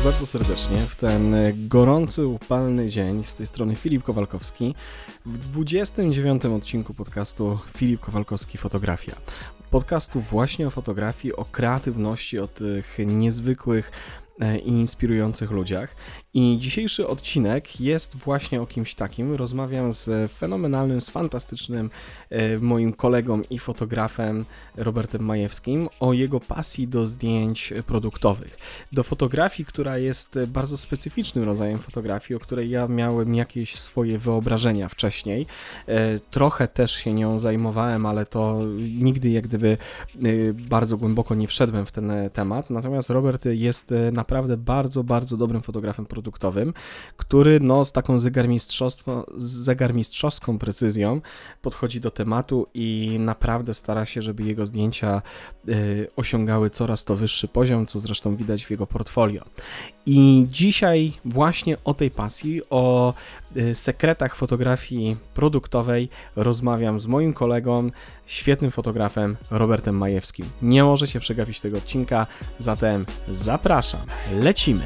bardzo serdecznie w ten gorący, upalny dzień. Z tej strony Filip Kowalkowski w 29. odcinku podcastu Filip Kowalkowski Fotografia. Podcastu właśnie o fotografii, o kreatywności, o tych niezwykłych i inspirujących ludziach. I dzisiejszy odcinek jest właśnie o kimś takim. Rozmawiam z fenomenalnym, z fantastycznym moim kolegą i fotografem Robertem Majewskim o jego pasji do zdjęć produktowych. Do fotografii, która jest bardzo specyficznym rodzajem fotografii, o której ja miałem jakieś swoje wyobrażenia wcześniej. Trochę też się nią zajmowałem, ale to nigdy jak gdyby bardzo głęboko nie wszedłem w ten temat. Natomiast Robert jest naprawdę bardzo, bardzo dobrym fotografem produktowym, który z taką zegarmistrzowską precyzją podchodzi do tematu i naprawdę stara się, żeby jego zdjęcia osiągały coraz to wyższy poziom, co zresztą widać w jego portfolio. I dzisiaj właśnie o tej pasji, o sekretach fotografii produktowej rozmawiam z moim kolegą, świetnym fotografem Robertem Majewskim. Nie możecie przegapić tego odcinka, zatem zapraszam, lecimy!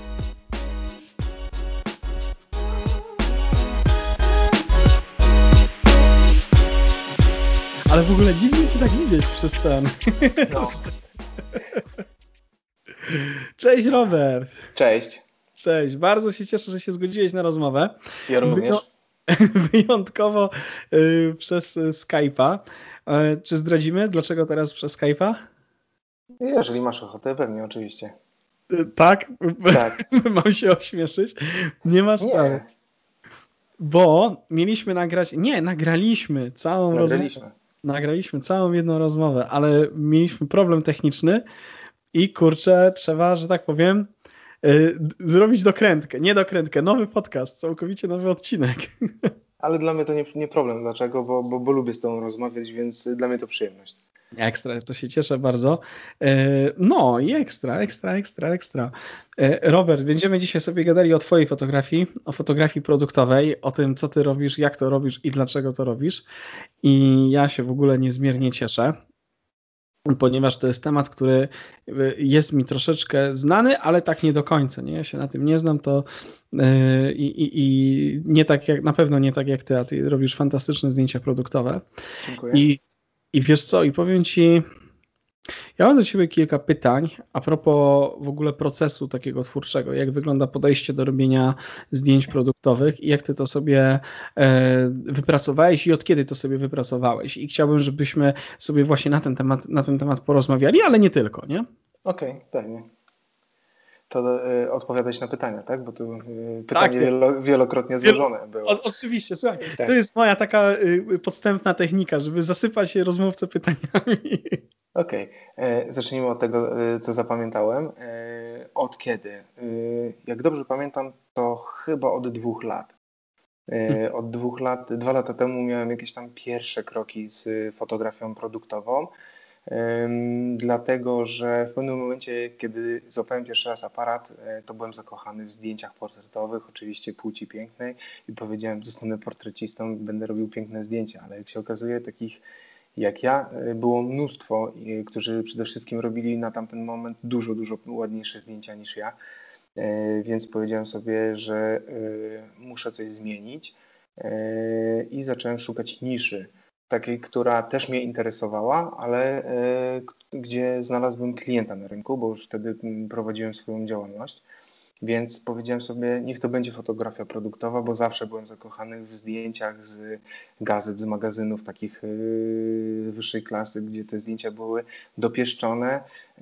Ale w ogóle dziwnie się tak widzieć przez ten... No. Cześć Robert! Cześć! Cześć, bardzo się cieszę, że się zgodziłeś na rozmowę. Ja również. Wyjątkowo przez Skype'a. Czy zdradzimy, dlaczego teraz przez Skype'a? Jeżeli masz ochotę, pewnie, oczywiście. Tak? Tak. Mam się ośmieszyć? Nie ma sprawy. Bo mieliśmy nagrać... Nie, nagraliśmy całą rozmowę. Nagraliśmy całą jedną rozmowę, ale mieliśmy problem techniczny i kurczę, trzeba, że tak powiem, zrobić dokrętkę, nowy podcast, całkowicie nowy odcinek. Ale dla mnie to nie problem. Dlaczego? Bo lubię z tobą rozmawiać, więc dla mnie to przyjemność. Ekstra, to się cieszę bardzo. No i ekstra. Robert, będziemy dzisiaj sobie gadali o twojej fotografii, o fotografii produktowej, o tym, co ty robisz, jak to robisz i dlaczego to robisz. I ja się w ogóle niezmiernie cieszę, ponieważ to jest temat, który jest mi troszeczkę znany, ale tak nie do końca. Nie? Ja się na tym nie znam, to i nie tak jak, na pewno nie tak jak ty, a ty robisz fantastyczne zdjęcia produktowe. Dziękuję. I wiesz co, i powiem ci, ja mam do ciebie kilka pytań a propos w ogóle procesu takiego twórczego, jak wygląda podejście do robienia zdjęć produktowych i jak ty to sobie wypracowałeś i od kiedy to sobie wypracowałeś. I chciałbym, żebyśmy sobie właśnie na ten temat porozmawiali, ale nie tylko, nie? Okej, pewnie. To odpowiadać na pytania, tak? Bo tu pytanie wielokrotnie złożone było. Oczywiście, słuchaj, tak. To jest moja taka podstępna technika, żeby zasypać rozmówcę pytaniami. Okej. Zacznijmy od tego, co zapamiętałem. Od kiedy? Jak dobrze pamiętam, to chyba od 2 lat. Od 2 lat, 2 lata temu miałem jakieś tam pierwsze kroki z fotografią produktową. Dlatego, że w pewnym momencie, kiedy złapałem pierwszy raz aparat, to byłem zakochany w zdjęciach portretowych, oczywiście płci pięknej i powiedziałem, zostanę portrecistą, będę robił piękne zdjęcia, ale jak się okazuje, takich jak ja było mnóstwo, którzy przede wszystkim robili na tamten moment dużo ładniejsze zdjęcia niż ja, więc powiedziałem sobie, że muszę coś zmienić i zacząłem szukać niszy, takiej, która też mnie interesowała, ale gdzie znalazłbym klienta na rynku, bo już wtedy prowadziłem swoją działalność, więc powiedziałem sobie, niech to będzie fotografia produktowa, bo zawsze byłem zakochany w zdjęciach z gazet, z magazynów takich wyższej klasy, gdzie te zdjęcia były dopieszczone,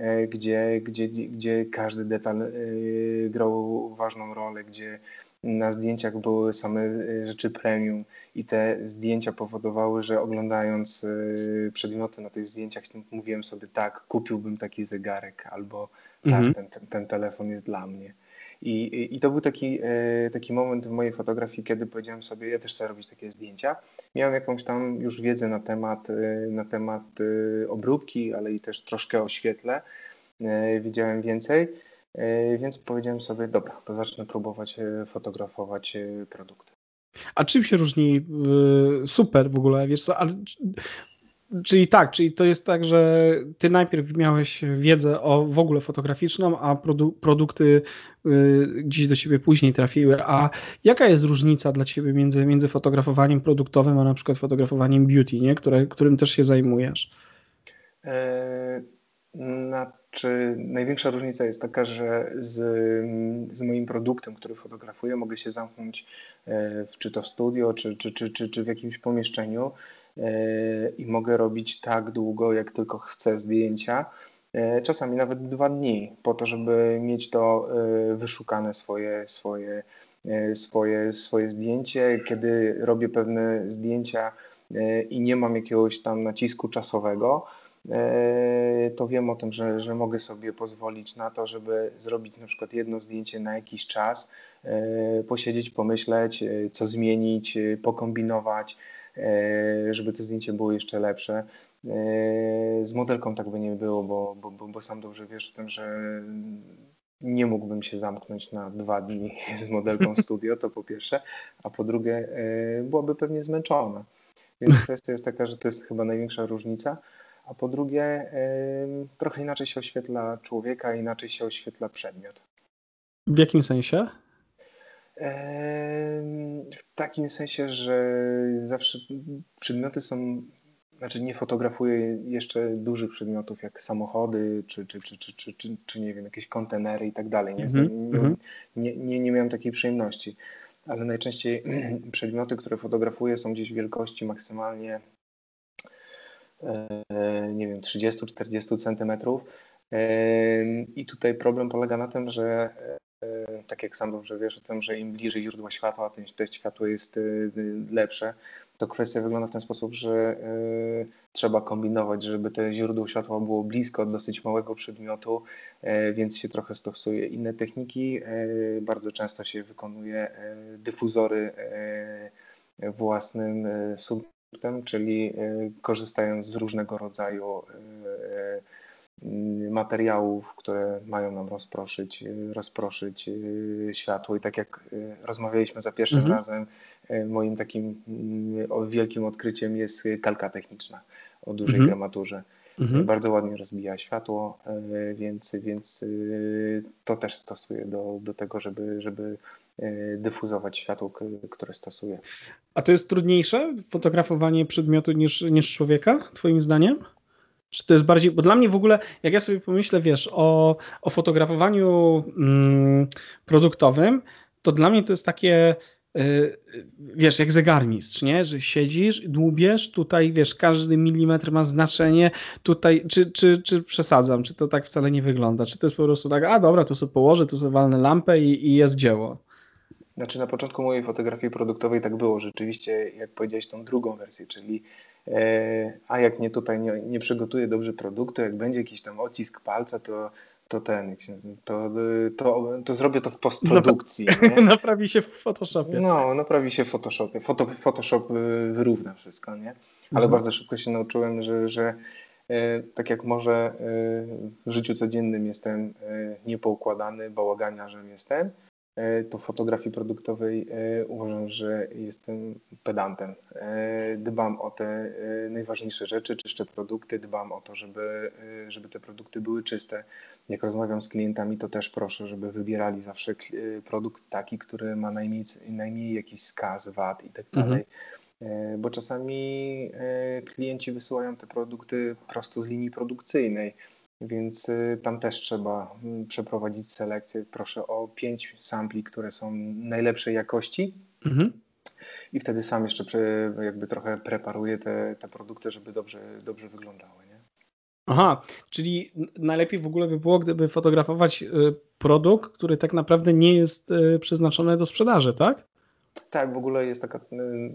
gdzie każdy detal grał ważną rolę, gdzie na zdjęciach były same rzeczy premium i te zdjęcia powodowały, że oglądając przedmioty na tych zdjęciach mówiłem sobie tak, kupiłbym taki zegarek albo tak, ten telefon jest dla mnie. I to był taki moment w mojej fotografii, kiedy powiedziałem sobie, ja też chcę robić takie zdjęcia. Miałem jakąś tam już wiedzę na temat obróbki, ale i też troszkę o świetle. Wiedziałem więcej. Więc powiedziałem sobie, dobra, to zacznę próbować fotografować produkty. A czym się różni, super w ogóle, wiesz co, ale Czyli to jest tak, że ty najpierw miałeś wiedzę w ogóle fotograficzną, a produkty gdzieś do ciebie później trafiły. A jaka jest różnica dla ciebie między fotografowaniem produktowym, a na przykład fotografowaniem beauty, nie? Którym też się zajmujesz? Znaczy, największa różnica jest taka, że z moim produktem, który fotografuję, mogę się zamknąć czy to w studio, czy w jakimś pomieszczeniu i mogę robić tak długo, jak tylko chcę zdjęcia. Czasami nawet 2 dni, po to, żeby mieć to wyszukane swoje zdjęcie. Kiedy robię pewne zdjęcia i nie mam jakiegoś tam nacisku czasowego, to wiem o tym, że mogę sobie pozwolić na to, żeby zrobić na przykład jedno zdjęcie na jakiś czas, posiedzieć, pomyśleć, co zmienić, pokombinować, żeby to zdjęcie było jeszcze lepsze. Z modelką tak by nie było, bo sam dobrze wiesz o tym, że nie mógłbym się zamknąć na 2 dni z modelką w studio, to po pierwsze, a po drugie byłaby pewnie zmęczona. Więc kwestia jest taka, że to jest chyba największa różnica. A po drugie, trochę inaczej się oświetla człowieka, inaczej się oświetla przedmiot. W jakim sensie? W takim sensie, że zawsze przedmioty są, znaczy nie fotografuję jeszcze dużych przedmiotów jak samochody, czy nie wiem, jakieś kontenery i tak dalej. Nie miałem takiej przyjemności, ale najczęściej przedmioty, które fotografuję, są gdzieś wielkości maksymalnie nie wiem, 30-40 centymetrów. I tutaj problem polega na tym, że tak jak sam dobrze wiesz o tym, że im bliżej źródła światła, tym to światło jest lepsze. To kwestia wygląda w ten sposób, że trzeba kombinować, żeby to źródło światła było blisko od dosyć małego przedmiotu, więc się trochę stosuje inne techniki. Bardzo często się wykonuje dyfuzory własnym czyli korzystając z różnego rodzaju materiałów, które mają nam rozproszyć światło. I tak jak rozmawialiśmy za pierwszym razem, moim takim wielkim odkryciem jest kalka techniczna o dużej gramaturze. Bardzo ładnie rozbija światło, więc to też stosuję do tego, żeby dyfuzować światło, które stosuję. A to jest trudniejsze fotografowanie przedmiotu niż człowieka, twoim zdaniem? Czy to jest bardziej, bo dla mnie w ogóle, jak ja sobie pomyślę, wiesz, o fotografowaniu produktowym, to dla mnie to jest takie, wiesz, jak zegarmistrz, nie? Że siedzisz, dłubiesz, tutaj, wiesz, każdy milimetr ma znaczenie, tutaj, czy przesadzam, czy to tak wcale nie wygląda, czy to jest po prostu tak, a dobra, to sobie położę, tu sobie walnę lampę i jest dzieło. Znaczy na początku mojej fotografii produktowej tak było rzeczywiście, jak powiedziałeś, tą drugą wersję, czyli a jak nie tutaj nie przygotuję dobrze produktu, jak będzie jakiś tam odcisk palca, to zrobię to w postprodukcji. Naprawi się w Photoshopie. No, naprawi się w Photoshopie. Photoshop wyrówna wszystko, nie? Ale bardzo szybko się nauczyłem, że tak jak może w życiu codziennym jestem niepoukładany, bałaganiarzem jestem, to w fotografii produktowej uważam, że jestem pedantem. Dbam o te najważniejsze rzeczy, czyszczę produkty, dbam o to, żeby te produkty były czyste. Jak rozmawiam z klientami, to też proszę, żeby wybierali zawsze produkt taki, który ma najmniej jakiś skaz, wad i tak dalej. Bo czasami klienci wysyłają te produkty prosto z linii produkcyjnej. Więc tam też trzeba przeprowadzić selekcję. Proszę o 5 sampli, które są najlepszej jakości i wtedy sam jeszcze jakby trochę preparuję te produkty, żeby dobrze wyglądały. Nie? Aha, czyli najlepiej w ogóle by było, gdyby fotografować produkt, który tak naprawdę nie jest przeznaczony do sprzedaży, tak? Tak, w ogóle jest taka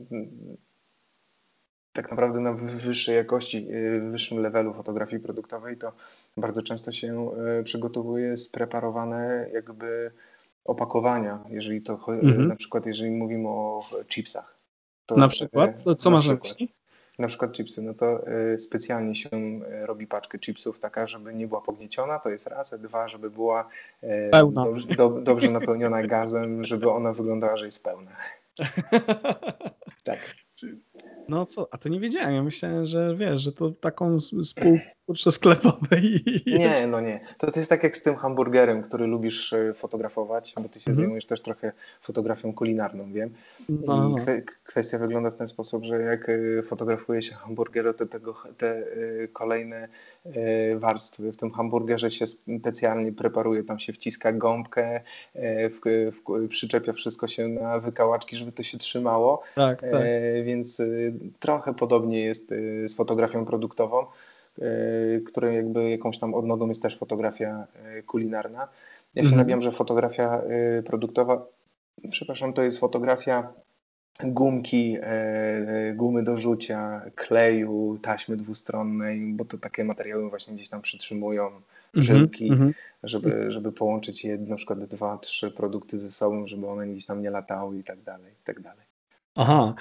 tak naprawdę na wyższej jakości, wyższym levelu fotografii produktowej, to bardzo często się przygotowuje spreparowane jakby opakowania, jeżeli to na przykład jeżeli mówimy o chipsach. To, na przykład? Co masz na myśli? Na przykład chipsy, no to specjalnie się robi paczkę chipsów taka, żeby nie była pognieciona, to jest raz, a dwa, żeby była dobrze napełniona gazem, żeby ona wyglądała, że jest pełna. Tak. No co, a to nie wiedziałem. Ja myślałem, że wiesz, że to taką spółką sklepowej jest. Nie, no nie. To jest tak jak z tym hamburgerem, który lubisz fotografować, bo ty się Mhm. zajmujesz też trochę fotografią kulinarną, wiem. No, I no. kwestia wygląda w ten sposób, że jak fotografuje się hamburgera, to te kolejne warstwy w tym hamburgerze się specjalnie preparuje. Tam się wciska gąbkę, przyczepia wszystko się na wykałaczki, żeby to się trzymało. Tak, tak. Więc trochę podobnie jest z fotografią produktową, której jakby jakąś tam odnogą jest też fotografia kulinarna. Ja się Mhm. nabiam, że fotografia produktowa, przepraszam, to jest fotografia gumki, gumy do rzucia, kleju, taśmy dwustronnej, bo to takie materiały właśnie gdzieś tam przytrzymują, Mhm. żyłki, Mhm. żeby połączyć je, na przykład 2-3 produkty ze sobą, żeby one gdzieś tam nie latały i tak dalej, i tak dalej. Aha,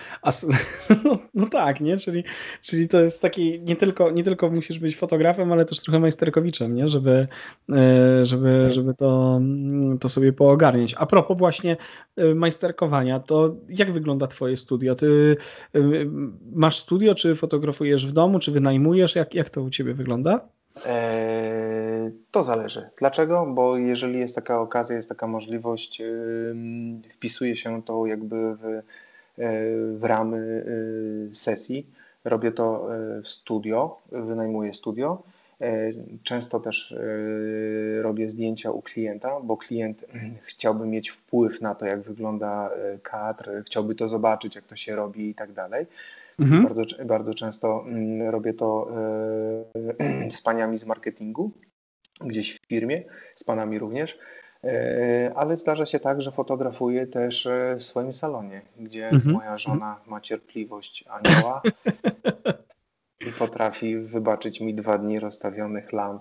no tak, nie? Czyli to jest taki, nie tylko musisz być fotografem, ale też trochę majsterkowiczem, nie? Żeby to sobie poogarniać. A propos właśnie majsterkowania, to jak wygląda twoje studio? Ty masz studio, czy fotografujesz w domu, czy wynajmujesz? Jak to u ciebie wygląda? To zależy. Dlaczego? Bo jeżeli jest taka okazja, jest taka możliwość, wpisuje się to jakby w ramy sesji. Robię to w studio, wynajmuję studio. Często też robię zdjęcia u klienta, bo klient chciałby mieć wpływ na to, jak wygląda kadr, chciałby to zobaczyć, jak to się robi i tak dalej. I Mhm. bardzo często robię to z paniami z marketingu, gdzieś w firmie, z panami również, ale zdarza się tak, że fotografuję też w swoim salonie, gdzie Mhm. moja Mhm. żona ma cierpliwość anioła i potrafi wybaczyć mi 2 dni rozstawionych lamp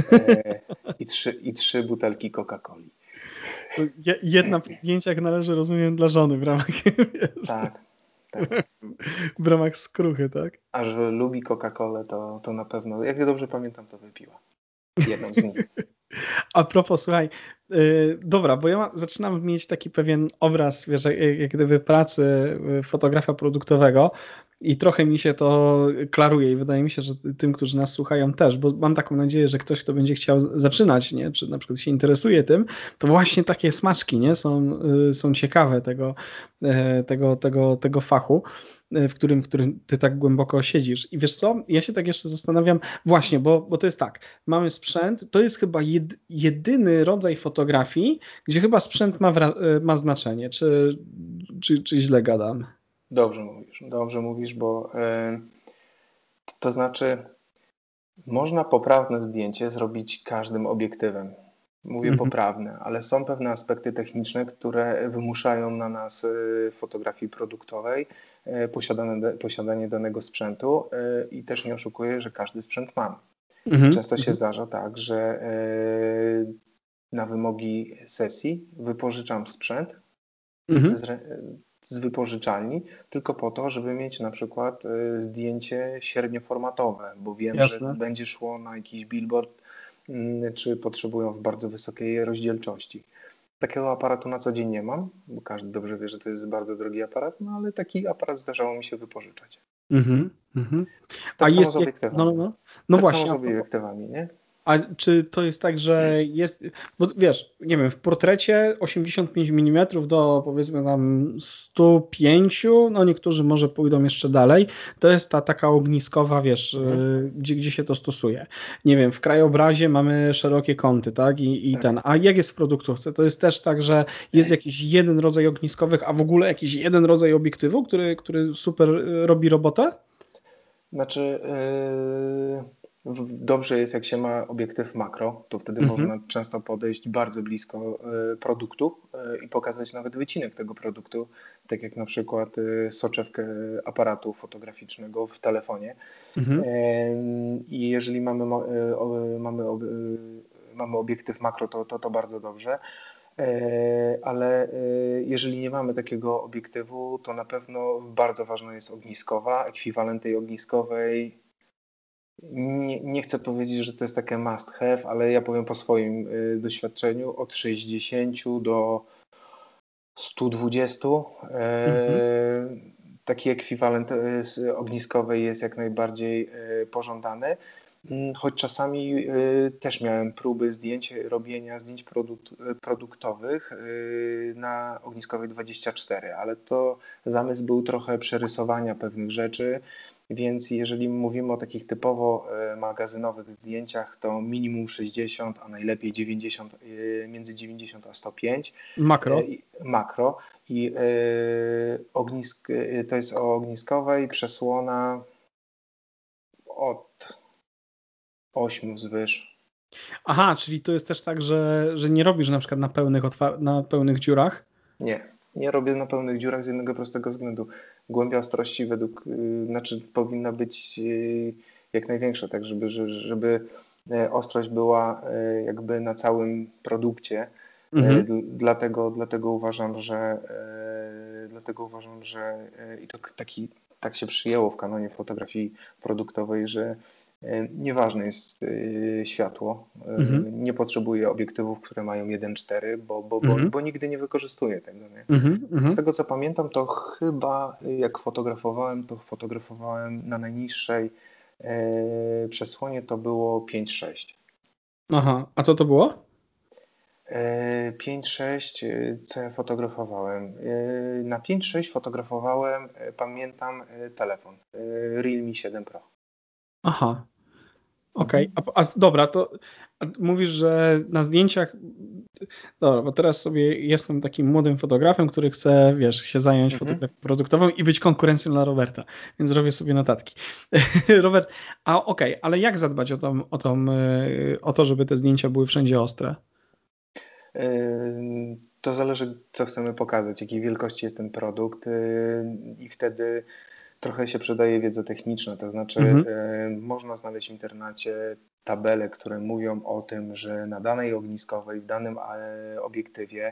i trzy butelki Coca-Coli. Jedna w zdjęciach należy, rozumiem, dla żony w ramach, wiesz, Tak, tak. w ramach skruchy, tak? A że lubi Coca-Colę, to na pewno, jak ja dobrze pamiętam, to wypiła. Jedną z nich. A propos, słuchaj, dobra, bo ja zaczynam mieć taki pewien obraz, wiesz, jak gdyby pracy fotografa produktowego i trochę mi się to klaruje i wydaje mi się, że tym, którzy nas słuchają też, bo mam taką nadzieję, że ktoś, kto będzie chciał zaczynać, nie, czy na przykład się interesuje tym, to właśnie takie smaczki, nie, są ciekawe tego fachu, w którym ty tak głęboko siedzisz. I wiesz co, ja się tak jeszcze zastanawiam, właśnie, bo to jest tak, mamy sprzęt, to jest chyba jedyny rodzaj fotografii, gdzie chyba sprzęt ma znaczenie, czy źle gadam? Dobrze mówisz, bo to znaczy można poprawne zdjęcie zrobić każdym obiektywem. Mówię Mhm. poprawne, ale są pewne aspekty techniczne, które wymuszają na nas w fotografii produktowej posiadanie danego sprzętu i też nie oszukuję, że każdy sprzęt mamy. Mhm. Często się Mhm. zdarza tak, że na wymogi sesji wypożyczam sprzęt Mhm. z wypożyczalni, tylko po to, żeby mieć na przykład zdjęcie średnioformatowe, bo wiem, że Jasne. będzie szło na jakiś billboard, czy potrzebują w bardzo wysokiej rozdzielczości. Takiego aparatu na co dzień nie mam, bo każdy dobrze wie, że to jest bardzo drogi aparat, no ale taki aparat zdarzało mi się wypożyczać. Mhm. Mhm. A Tak samo z jest jak, no, no, obiektywami. no. No Tak samo właśnie, z a propos, obiektywami, nie? a czy to jest tak, że jest, bo wiesz, nie wiem, w portrecie 85 mm do powiedzmy tam 105, no niektórzy może pójdą jeszcze dalej, to jest ta taka ogniskowa, wiesz, Mhm. gdzie się to stosuje. Nie wiem, w krajobrazie mamy szerokie kąty, tak, i Tak. a jak jest w produktówce? To jest też tak, że jest jakiś jeden rodzaj ogniskowych, a w ogóle jakiś jeden rodzaj obiektywu, który super robi robotę? Znaczy, dobrze jest, jak się ma obiektyw makro, to wtedy Mhm. można często podejść bardzo blisko produktu i pokazać nawet wycinek tego produktu, tak jak na przykład soczewkę aparatu fotograficznego w telefonie. Mhm. I jeżeli mamy obiektyw makro, to bardzo dobrze. Ale jeżeli nie mamy takiego obiektywu, to na pewno bardzo ważna jest ogniskowa. Ekwiwalent tej ogniskowej, nie chcę powiedzieć, że to jest takie must have, ale ja powiem po swoim doświadczeniu, od 60 do 120. Mhm. taki ekwiwalent ogniskowy jest jak najbardziej pożądany. Choć czasami też miałem próby robienia zdjęć produktowych na ogniskowej 24, ale to zamysł był trochę przerysowania pewnych rzeczy, więc jeżeli mówimy o takich typowo magazynowych zdjęciach, to minimum 60, a najlepiej 90, między 90 a 105. Makro. Makro. I to jest o ogniskowej przesłona od 8 wzwyż. Aha, czyli to jest też tak, że nie robisz na przykład na pełnych dziurach? Nie robię na pełnych dziurach z jednego prostego względu. Głębia ostrości powinna być jak największa, tak żeby ostrość była jakby na całym produkcie. Dlatego uważam, że i to tak się przyjęło w kanonie fotografii produktowej, że nieważne jest światło, nie potrzebuję obiektywów, które mają 1.4, bo nigdy nie wykorzystuję tego. Nie? Z tego co pamiętam, to chyba jak fotografowałem na najniższej przesłonie, to było 5.6. Aha, a co to było? 5.6, co ja fotografowałem? Na 5.6 fotografowałem, pamiętam, telefon Realme 7 Pro. Aha, okej. Dobra, to mówisz, że na zdjęciach... Dobra, bo teraz sobie jestem takim młodym fotografem, który chce, się zająć fotografią produktową i być konkurencją dla Roberta, więc robię sobie notatki. Robert, ale jak zadbać o to, żeby te zdjęcia były wszędzie ostre? To zależy, co chcemy pokazać, jakiej wielkości jest ten produkt i wtedy trochę się przydaje wiedza techniczna, to znaczy można znaleźć w internecie tabele, które mówią o tym, że na danej ogniskowej, w danym obiektywie,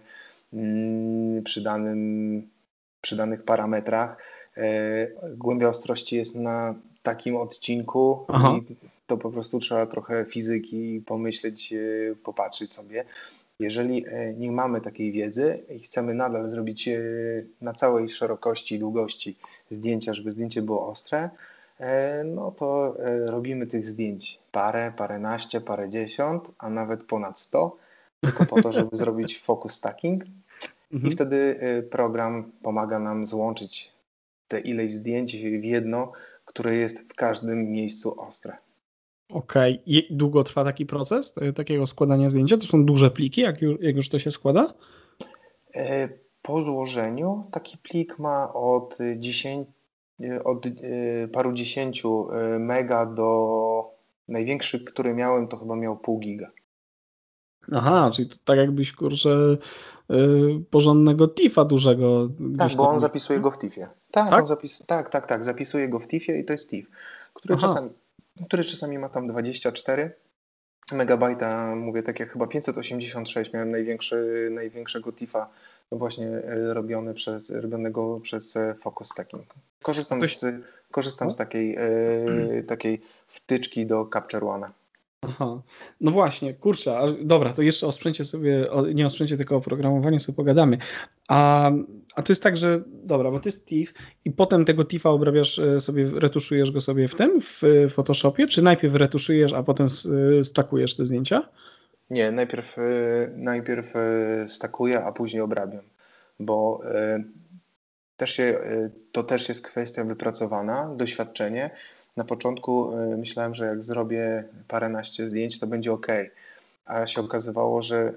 przy danych parametrach głębia ostrości jest na takim odcinku. I to po prostu trzeba trochę fizyki pomyśleć, popatrzeć sobie. Jeżeli nie mamy takiej wiedzy i chcemy nadal zrobić na całej szerokości i długości zdjęcia, żeby zdjęcie było ostre, no to robimy tych zdjęć paręnaście, parędziesiąt, a nawet ponad 100, tylko po to, żeby zrobić focus stacking. I wtedy program pomaga nam złączyć te ileś zdjęć w jedno, które jest w każdym miejscu ostre. Okej. I długo trwa taki proces takiego składania zdjęcia? To są duże pliki, jak już to się składa? Po złożeniu taki plik ma od paru dziesięciu mega do największy, który miałem, to chyba miał pół giga. Aha, czyli to tak jakbyś, porządnego TIFF-a dużego. Tak, bo on zapisuje go w TIFF-ie. Tak, zapisuje go w TIFF-ie i to jest TIFF, który czasami ma tam 24 megabajta, mówię tak jak chyba 586 miałem największego TIFF-a właśnie robionego przez Focus Stacking. Korzystam z takiej wtyczki do Capture One. Aha, no właśnie, dobra, to jeszcze o sprzęcie sobie, nie o sprzęcie, tylko o programowaniu sobie pogadamy. A to jest tak, że dobra, bo to jest TIFF i potem tego TIFF-a obrabiasz sobie, retuszujesz go sobie w Photoshopie, czy najpierw retuszujesz, a potem stakujesz te zdjęcia? Nie, najpierw stakuję, a później obrabiam, bo to też jest kwestia wypracowana, doświadczenie. Na początku myślałem, że jak zrobię paręnaście zdjęć, to będzie ok, a się okazywało, że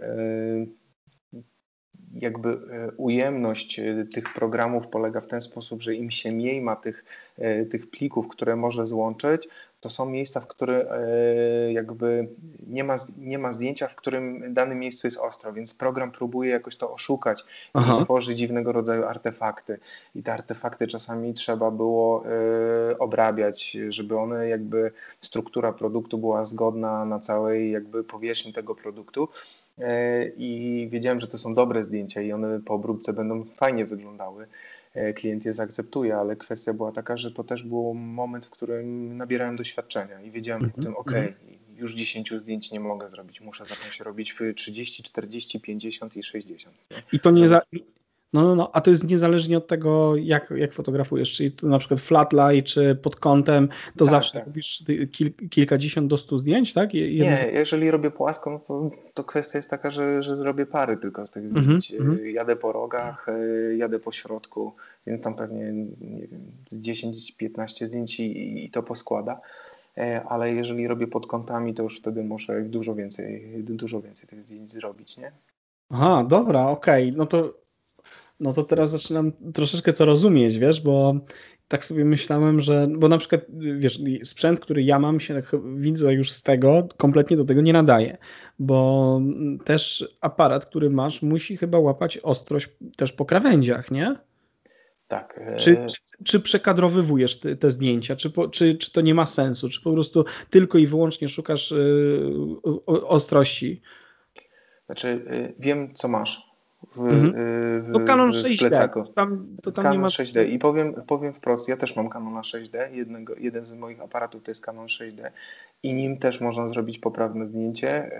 jakby ujemność tych programów polega w ten sposób, że im się mniej ma tych plików, które może złączyć, to są miejsca, w których jakby nie ma zdjęcia, w którym danym miejscu jest ostro, więc program próbuje jakoś to oszukać i tworzy dziwnego rodzaju artefakty. I te artefakty czasami trzeba było obrabiać, żeby one jakby struktura produktu była zgodna na całej jakby powierzchni tego produktu. I wiedziałem, że to są dobre zdjęcia i one po obróbce będą fajnie wyglądały. Klient je zaakceptuje, ale kwestia była taka, że to też był moment, w którym nabierałem doświadczenia i wiedziałem o tym, już 10 zdjęć nie mogę zrobić, muszę zacząć robić w 30, 40, 50 i 60. Nie? I to nie No. A to jest niezależnie od tego, jak fotografujesz, czyli to na przykład flat lie, czy pod kątem, to Tak, zawsze tak. robisz kilkadziesiąt do 100 zdjęć, tak? Nie, jeżeli robię płasko, no to kwestia jest taka, że robię pary tylko z tych zdjęć. Jadę po rogach, jadę po środku, więc tam pewnie, nie wiem, z 10-15 zdjęć i to poskłada. Ale jeżeli robię pod kątami, to już wtedy muszę dużo więcej tych zdjęć zrobić, nie? Aha, dobra, okej. No to teraz zaczynam troszeczkę to rozumieć, wiesz, bo tak sobie myślałem, bo na przykład, wiesz, sprzęt, który ja mam, się widzę już z tego, kompletnie do tego nie nadaje, bo też aparat, który masz, musi chyba łapać ostrość też po krawędziach, nie? Tak. Czy przekadrowywujesz te zdjęcia, czy to nie ma sensu, czy po prostu tylko i wyłącznie szukasz ostrości? Znaczy, wiem, co masz To Canon w 6D. plecaku. To tam nie Canon ma... 6D i powiem wprost, ja też mam Canona 6D, jeden z moich aparatów to jest Canon 6D i nim też można zrobić poprawne zdjęcie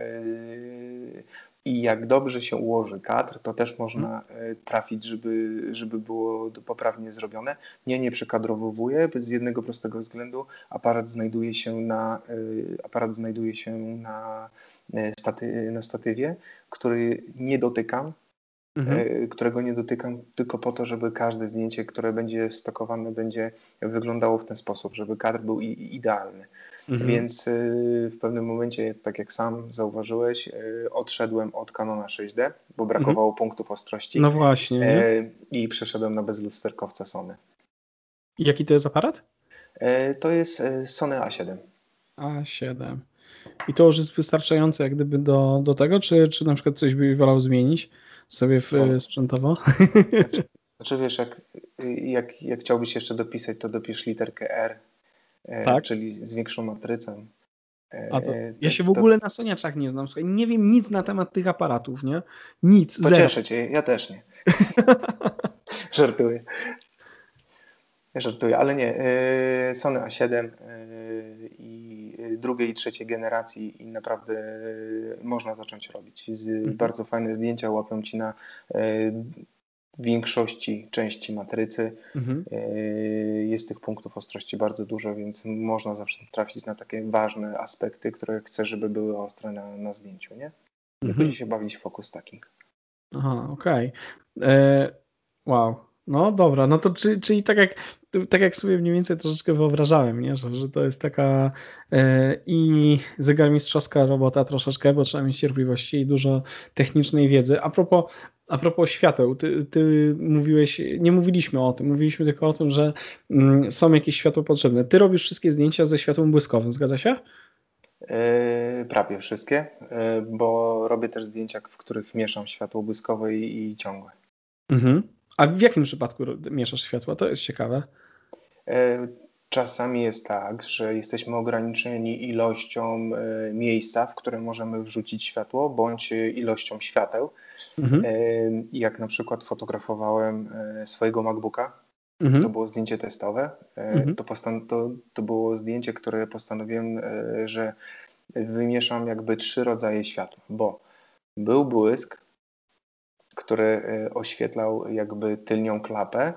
i jak dobrze się ułoży kadr, to też można trafić, żeby było poprawnie zrobione. Nie przekadrowuję z jednego prostego względu, aparat znajduje się na statywie, którego nie dotykam tylko po to, żeby każde zdjęcie, które będzie stokowane, będzie wyglądało w ten sposób, żeby kadr był idealny. Więc w pewnym momencie, tak jak sam zauważyłeś, odszedłem od Canona 6D, bo brakowało punktów ostrości. No właśnie, nie? I przeszedłem na bezlusterkowca Sony. I jaki to jest aparat? To jest Sony A7. A7. I to już jest wystarczające jak gdyby do tego, czy na przykład coś by wolał zmienić sobie sprzętowo? Znaczy wiesz, jak chciałbyś jeszcze dopisać, to dopisz literkę R, tak? czyli z większą matrycą. Ja się w ogóle na soniaczach nie znam, słuchaj, nie wiem nic na temat tych aparatów, nie? Nic, Pocieszę zero. cię, ja też nie. Żartuję, ale nie. Sony A7 i drugiej i trzeciej generacji i naprawdę można zacząć robić. Bardzo fajne zdjęcia łapią ci na większości części matrycy. Jest tych punktów ostrości bardzo dużo, więc można zawsze trafić na takie ważne aspekty, które chcesz, żeby były ostre na zdjęciu, nie? I później się bawić w focus stacking. Aha, okej. Wow. No dobra, no to czyli tak jak sobie mniej więcej troszeczkę wyobrażałem, nie? Że to jest taka i zegarmistrzowska robota troszeczkę, bo trzeba mieć cierpliwości i dużo technicznej wiedzy. A propos świateł, ty mówiłeś, nie mówiliśmy o tym, mówiliśmy tylko o tym, że są jakieś światła potrzebne. Ty robisz wszystkie zdjęcia ze światłem błyskowym, zgadza się? Prawie wszystkie, bo robię też zdjęcia, w których mieszam światło błyskowe i ciągłe. A w jakim przypadku mieszasz światła? To jest ciekawe. Czasami jest tak, że jesteśmy ograniczeni ilością miejsca, w które możemy wrzucić światło, bądź ilością świateł. Jak na przykład fotografowałem swojego MacBooka, to było zdjęcie testowe, to było zdjęcie, które postanowiłem, że wymieszam jakby 3 rodzaje światła, bo był błysk, który oświetlał jakby tylnią klapę,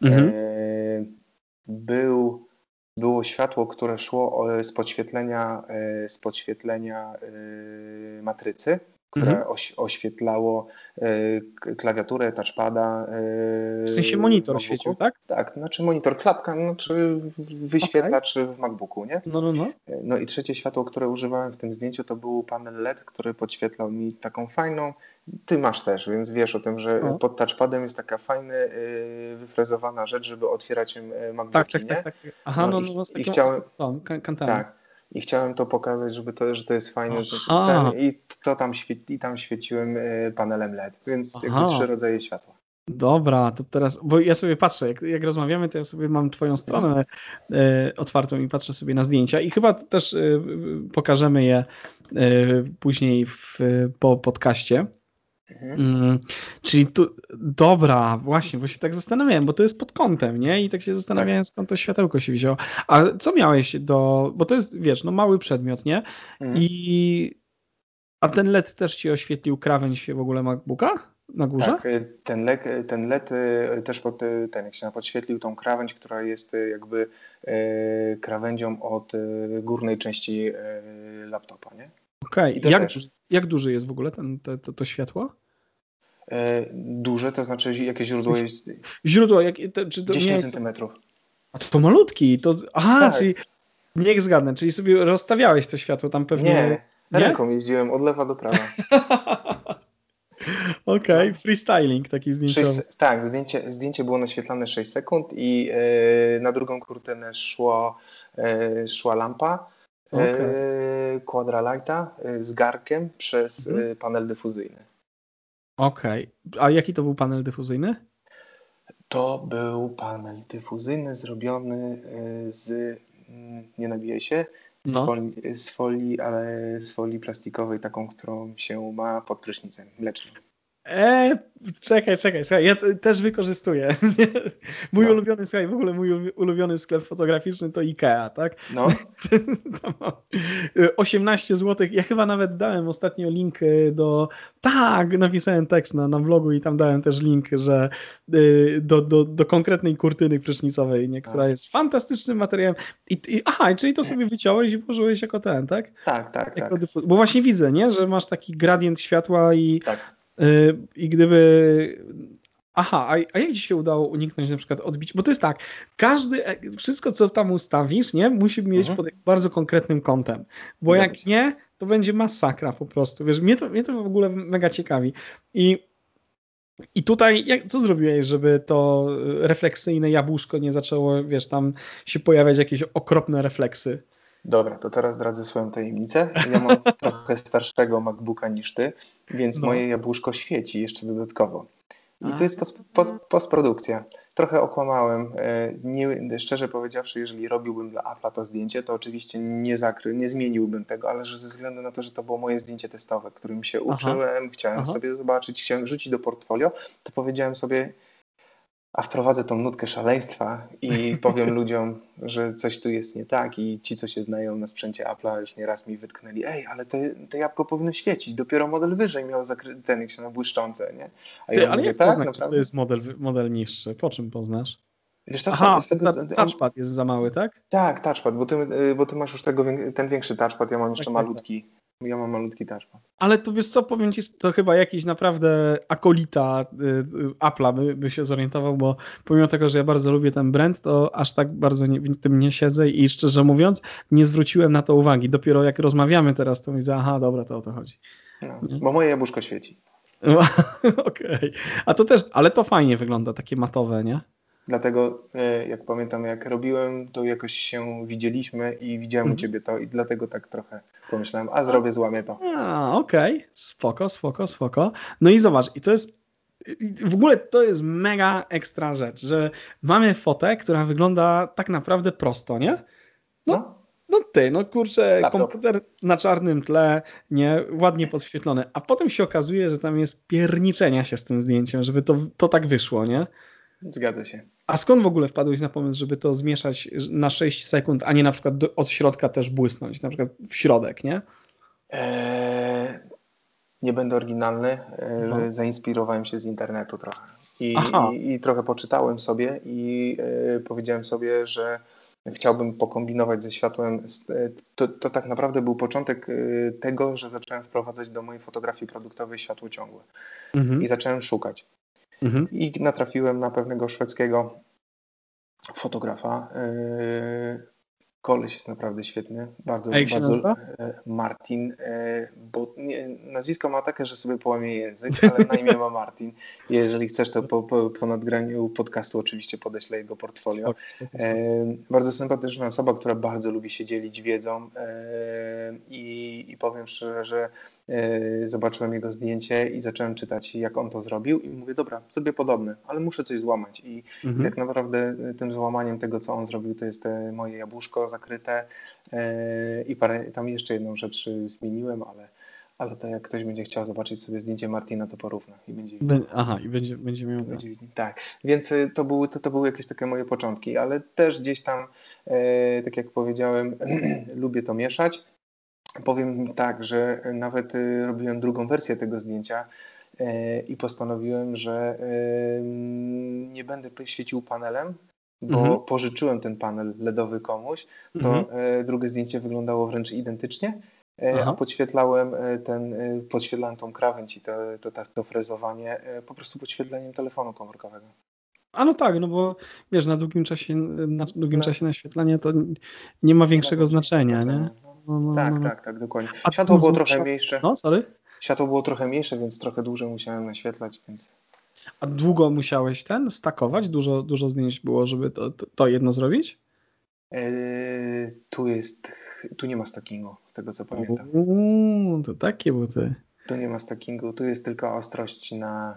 było światło, które szło z podświetlenia matrycy, które oświetlało klawiaturę, touchpada. W sensie monitor świecił, tak? Tak, znaczy monitor, klapka, znaczy wyświetlacz w MacBooku, nie? No i trzecie światło, które używałem w tym zdjęciu, to był panel LED, który podświetlał mi taką fajną, ty masz też, więc wiesz o tym, że pod touchpadem jest taka fajna, wyfrezowana rzecz, żeby otwierać MacBooki, nie? Tak. Aha, i chciałem, tak, i chciałem to pokazać, że to jest fajne. I tam świeciłem panelem LED, więc jakby 3 rodzaje światła. Dobra, to teraz, bo ja sobie patrzę, jak rozmawiamy, to ja sobie mam twoją stronę otwartą i patrzę sobie na zdjęcia i chyba też pokażemy je później po podcaście. Czyli tu, dobra, właśnie, bo się tak zastanawiałem, bo to jest pod kątem, nie? I tak się zastanawiałem, skąd to światełko się wzięło. A co miałeś bo to jest, wiesz, mały przedmiot, nie? A ten LED też ci oświetlił krawędź w ogóle MacBooka? na górze? Tak, ten LED też jak się podświetlił tą krawędź, która jest jakby krawędzią od górnej części laptopa, nie? Okej. I to też. Jak duży jest w ogóle to światło? Duże, to znaczy jakie W źródło sensie jest źródło, czy to 10 nie... centymetrów. A to malutki, Aha, Tak, czyli... Niech zgadnę, czyli sobie rozstawiałeś to światło tam pewnie... nie, Nie? ręką jeździłem od lewa do prawa. Okej, No. freestyling taki zdjęciowy. Tak, zdjęcie było naświetlane 6 sekund i na drugą kurtynę szła lampa Okej, Quadralighta z garkiem przez mhm. panel dyfuzyjny. Okej. A jaki to był panel dyfuzyjny? To był panel dyfuzyjny zrobiony nie nabijaj się, No. z folii plastikowej, taką, którą się ma pod prysznicem mlecznym. Czekaj, słuchaj, ja też wykorzystuję. Mój No, ulubiony, słuchaj, w ogóle mój ulubiony sklep fotograficzny to IKEA, tak? no, Tam mam 18 zł. Ja chyba nawet dałem ostatnio link Tak, napisałem tekst na vlogu i tam dałem też link, że do konkretnej kurtyny prysznicowej, nie, która jest fantastycznym materiałem. Aha, czyli to sobie wyciąłeś i położyłeś jako ten, tak? tak. Bo właśnie widzę, nie, że masz taki gradient światła Tak. i gdyby... Aha, a jak ci się udało uniknąć na przykład odbić? Bo to jest tak, wszystko co tam ustawisz, nie, musi mieć pod bardzo konkretnym kątem, bo jak nie, to będzie masakra po prostu. Wiesz, mnie to w ogóle mega ciekawi. I tutaj, co zrobiłeś, żeby to refleksyjne jabłuszko nie zaczęło, wiesz, tam się pojawiać jakieś okropne refleksy? Dobra, to teraz zdradzę swoją tajemnicę. Ja mam trochę starszego MacBooka niż ty, więc moje jabłuszko świeci jeszcze dodatkowo. I to jest postprodukcja. Trochę okłamałem. Szczerze powiedziawszy, jeżeli robiłbym dla Apple'a to zdjęcie, to oczywiście nie zmieniłbym tego, ale że ze względu na to, że to było moje zdjęcie testowe, którym się uczyłem, chciałem sobie zobaczyć, chciałem rzucić do portfolio, to powiedziałem sobie, a wprowadzę tą nutkę szaleństwa i powiem ludziom, że coś tu jest nie tak i ci, co się znają na sprzęcie Apple'a już nieraz mi wytknęli, ale te jabłko powinno świecić, dopiero model wyżej miał ten, jak się na błyszczące, nie? A ja Ale mówię, jak tak, poznać, że to naprawdę? jest model niższy? Po czym poznasz? Wiesz co, Aha, z tego, touchpad jest za mały, tak? tak, touchpad, bo ty masz już ten większy touchpad, ja mam jeszcze Tak. malutki. Ja mam malutki touchpad. Ale to wiesz co, powiem ci, to chyba jakiś naprawdę akolita Apple'a by się zorientował, bo pomimo tego, że ja bardzo lubię ten brand, to aż tak bardzo w tym nie siedzę i szczerze mówiąc nie zwróciłem na to uwagi. Dopiero jak rozmawiamy teraz, to widzę, aha, dobra, to o to chodzi. No, bo moje jabłuszko świeci. Okej. A to też, ale to fajnie wygląda, takie matowe, nie? Dlatego, jak pamiętam, jak robiłem, to jakoś się widzieliśmy i widziałem u ciebie to i dlatego tak trochę pomyślałem, złamię to. Okej. Spoko. No i zobacz, i to jest w ogóle to jest mega ekstra rzecz, że mamy fotę, która wygląda tak naprawdę prosto, nie? No kurczę, Laptop. komputer na czarnym tle, nie, ładnie podświetlony, a potem się okazuje, że tam jest pierniczenia się z tym zdjęciem, żeby to tak wyszło, nie? Zgadza się. A skąd w ogóle wpadłeś na pomysł, żeby to zmieszać na 6 sekund, a nie na przykład od środka też błysnąć, na przykład w środek, nie? Nie będę oryginalny, zainspirowałem się z internetu trochę i trochę poczytałem sobie i powiedziałem sobie, że chciałbym pokombinować ze światłem. To tak naprawdę był początek tego, że zacząłem wprowadzać do mojej fotografii produktowej światło ciągłe i zacząłem szukać. I natrafiłem na pewnego szwedzkiego fotografa. Koleś jest naprawdę świetny, bardzo Martin, bo nazwisko ma takie, że sobie połamie język, ale na imię ma Martin. Jeżeli chcesz, to po nagraniu podcastu oczywiście podeślę jego portfolio. Bardzo sympatyczna osoba, która bardzo lubi się dzielić wiedzą i powiem szczerze, że zobaczyłem jego zdjęcie i zacząłem czytać, jak on to zrobił i mówię, dobra, sobie podobne, ale muszę coś złamać i tak naprawdę tym złamaniem tego, co on zrobił, to jest moje jabłuszko zakryte i tam jeszcze jedną rzecz zmieniłem, ale to jak ktoś będzie chciał zobaczyć sobie zdjęcie Martina, to porówna i będzie widział. Będzie miał to. Tak, więc to były jakieś takie moje początki, ale też gdzieś tam, tak jak powiedziałem, lubię to mieszać. Powiem tak, że nawet robiłem drugą wersję tego zdjęcia i postanowiłem, że nie będę świecił panelem, bo Mhm. pożyczyłem ten panel LEDowy komuś, Mhm. to drugie zdjęcie wyglądało wręcz identycznie, a Aha. podświetlałem tą krawędź i to frezowanie po prostu podświetleniem telefonu komórkowego. A no tak, no bo wiesz, na długim No, czasie naświetlania to nie ma nie ma większego znaczenia, nie? znaczenia. No. No. Tak, dokładnie. A Światło było dużo trochę mniejsze. No, sorry. Światło było trochę mniejsze, więc trochę dłużej musiałem naświetlać, więc... A długo musiałeś stakować? Dużo zdjęć było, żeby to jedno zrobić? Tu nie ma stackingu, z tego co pamiętam. To takie buty. Tu nie ma stackingu, tu jest tylko ostrość na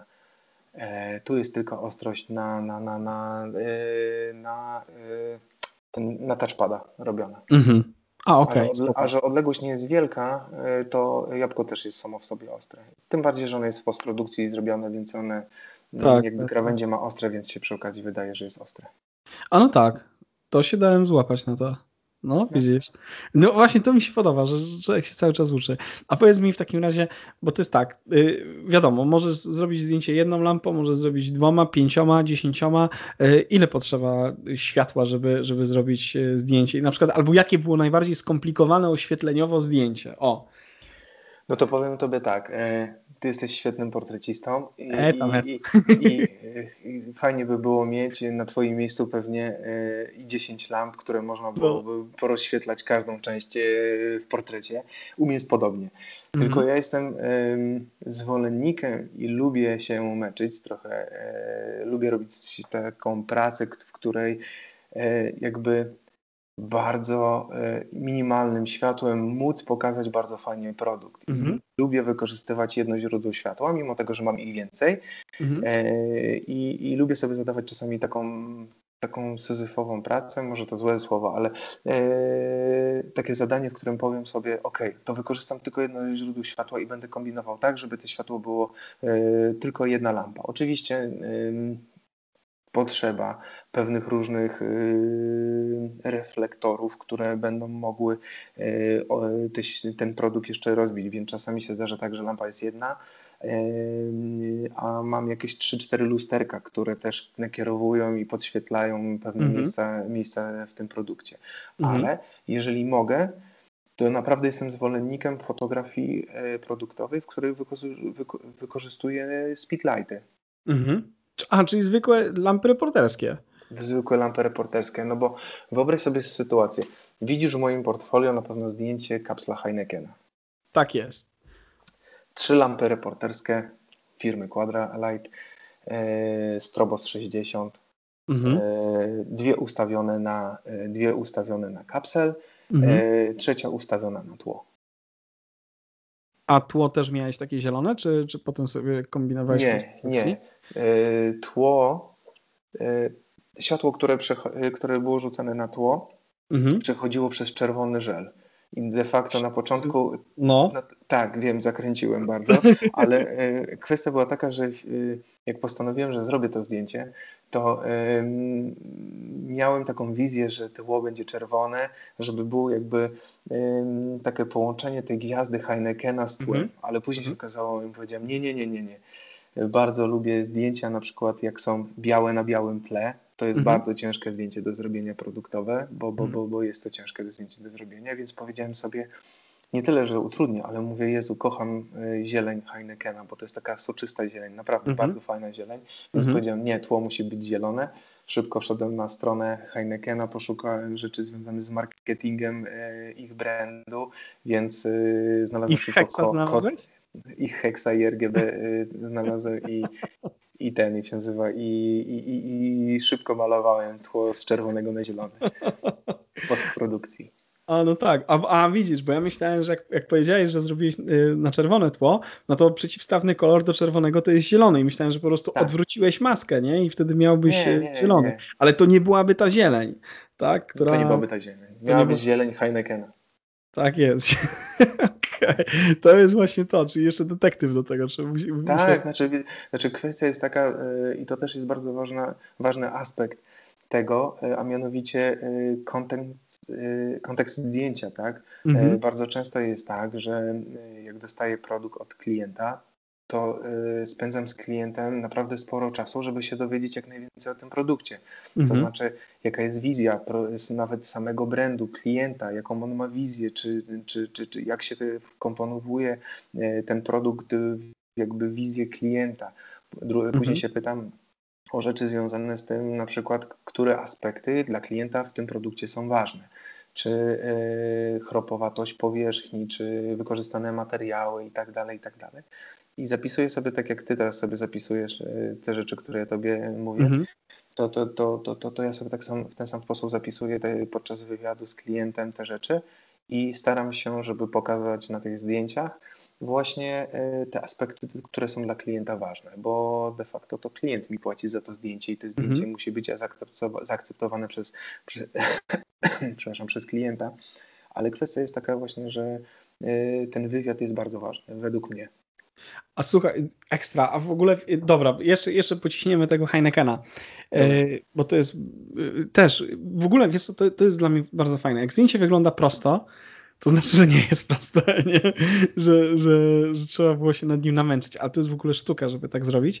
na touchpada robiona. Mhm. A, A okej, że odległość nie jest wielka, to jabłko też jest samo w sobie ostre. Tym bardziej, że ono jest w postprodukcji zrobione, więc one Tak. krawędzie ma ostre, więc się przy okazji wydaje, że jest ostre. A no tak, to się dałem złapać na to. No, widzisz. No właśnie, to mi się podoba, że człowiek się cały czas uczy. A powiedz mi w takim razie, bo to jest tak, wiadomo, możesz zrobić zdjęcie jedną lampą, możesz zrobić 2, 5, 10. Ile potrzeba światła, żeby zrobić zdjęcie? I na przykład, albo jakie było najbardziej skomplikowane oświetleniowo zdjęcie? O. No to powiem tobie tak, ty jesteś świetnym portrecistą i fajnie by było mieć na twoim miejscu pewnie i 10 lamp, które można byłoby porozświetlać każdą część w portrecie. U mnie jest podobnie. Tylko ja jestem zwolennikiem i lubię się męczyć trochę, lubię robić taką pracę, w której jakby bardzo minimalnym światłem móc pokazać bardzo fajnie produkt. I lubię wykorzystywać jedno źródło światła, mimo tego, że mam ich więcej. I lubię sobie zadawać czasami taką syzyfową pracę, może to złe słowo, ale takie zadanie, w którym powiem sobie, ok, to wykorzystam tylko jedno źródło światła i będę kombinował tak, żeby to światło było tylko jedna lampa. Oczywiście potrzeba pewnych różnych reflektorów, które będą mogły ten produkt jeszcze rozbić, więc czasami się zdarza tak, że lampa jest jedna, a mam jakieś 3-4 lusterka, które też nakierowują i podświetlają pewne miejsca w tym produkcie. Ale jeżeli mogę, to naprawdę jestem zwolennikiem fotografii produktowej, w której wykorzystuję speedlighty. Czyli zwykłe lampy reporterskie. Zwykłe lampy reporterskie, no bo wyobraź sobie sytuację. Widzisz w moim portfolio na pewno zdjęcie kapsla Heinekena. Tak jest. 3 lampy reporterskie firmy Quadralight, Strobos 60, dwie ustawione na kapsel, trzecia ustawiona na tło. A tło też miałeś takie zielone, czy potem sobie kombinowałeś? Nie. Tło, światło, które było rzucane na tło, przechodziło przez czerwony żel. I de facto na początku... tak, wiem, zakręciłem bardzo, ale kwestia była taka, że jak postanowiłem, że zrobię to zdjęcie, to miałem taką wizję, że tło będzie czerwone, żeby było jakby takie połączenie tej gwiazdy Heinekena z tłem, ale później się okazało i powiedziałem, nie. Bardzo lubię zdjęcia, na przykład jak są białe na białym tle. To jest bardzo ciężkie zdjęcie do zrobienia produktowe, bo jest to ciężkie zdjęcie do zrobienia, więc powiedziałem sobie, nie tyle, że utrudnię, ale mówię, Jezu, kocham zieleń Heinekena, bo to jest taka soczysta zieleń, naprawdę bardzo fajna zieleń, więc powiedziałem, nie, tło musi być zielone. Szybko wszedłem na stronę Heinekena, poszukałem rzeczy związanych z marketingem ich brandu, więc znalazłem szybko ich heksa i RGB znalazłem i ten, jak się nazywa, i szybko malowałem tło z czerwonego na zielony w postprodukcji. A no tak, a widzisz, bo ja myślałem, że jak powiedziałeś, że zrobiłeś na czerwone tło, no to przeciwstawny kolor do czerwonego to jest zielony i myślałem, że po prostu odwróciłeś maskę, nie? I wtedy miałbyś zielony. Nie. Ale to nie byłaby ta zieleń, tak? To nie byłaby ta zieleń. Miała być zieleń Heinekena. Tak jest. Okay. To jest właśnie to, czyli jeszcze detektyw do tego. Tak, znaczy kwestia jest taka i to też jest bardzo ważny aspekt tego, a mianowicie kontekst zdjęcia, tak? Bardzo często jest tak, że jak dostaję produkt od klienta, to spędzam z klientem naprawdę sporo czasu, żeby się dowiedzieć jak najwięcej o tym produkcie. To Mhm. znaczy, jaka jest wizja nawet samego brandu, klienta, jaką on ma wizję, czy jak się wkomponowuje ten produkt jakby wizję klienta. Później Mhm. się pytam o rzeczy związane z tym, na przykład, które aspekty dla klienta w tym produkcie są ważne. Czy chropowatość powierzchni, czy wykorzystane materiały i tak dalej, i tak dalej. I zapisuję sobie, tak jak ty teraz sobie zapisujesz te rzeczy, które ja tobie mówię, Mhm. to ja sobie w ten sam sposób zapisuję podczas wywiadu z klientem te rzeczy i staram się, żeby pokazać na tych zdjęciach właśnie te aspekty, które są dla klienta ważne, bo de facto to klient mi płaci za to zdjęcie i to zdjęcie Mhm. musi być zaakceptowane przepraszam, przez klienta, ale kwestia jest taka właśnie, że ten wywiad jest bardzo ważny, według mnie. A słuchaj, ekstra, a w ogóle, dobra, jeszcze pociśniemy tego Heinekena, Dobra. bo to jest też, w ogóle, wiesz co, to jest dla mnie bardzo fajne. Jak zdjęcie wygląda prosto, to znaczy, że nie jest proste, nie? Że trzeba było się nad nim namęczyć, ale to jest w ogóle sztuka, żeby tak zrobić.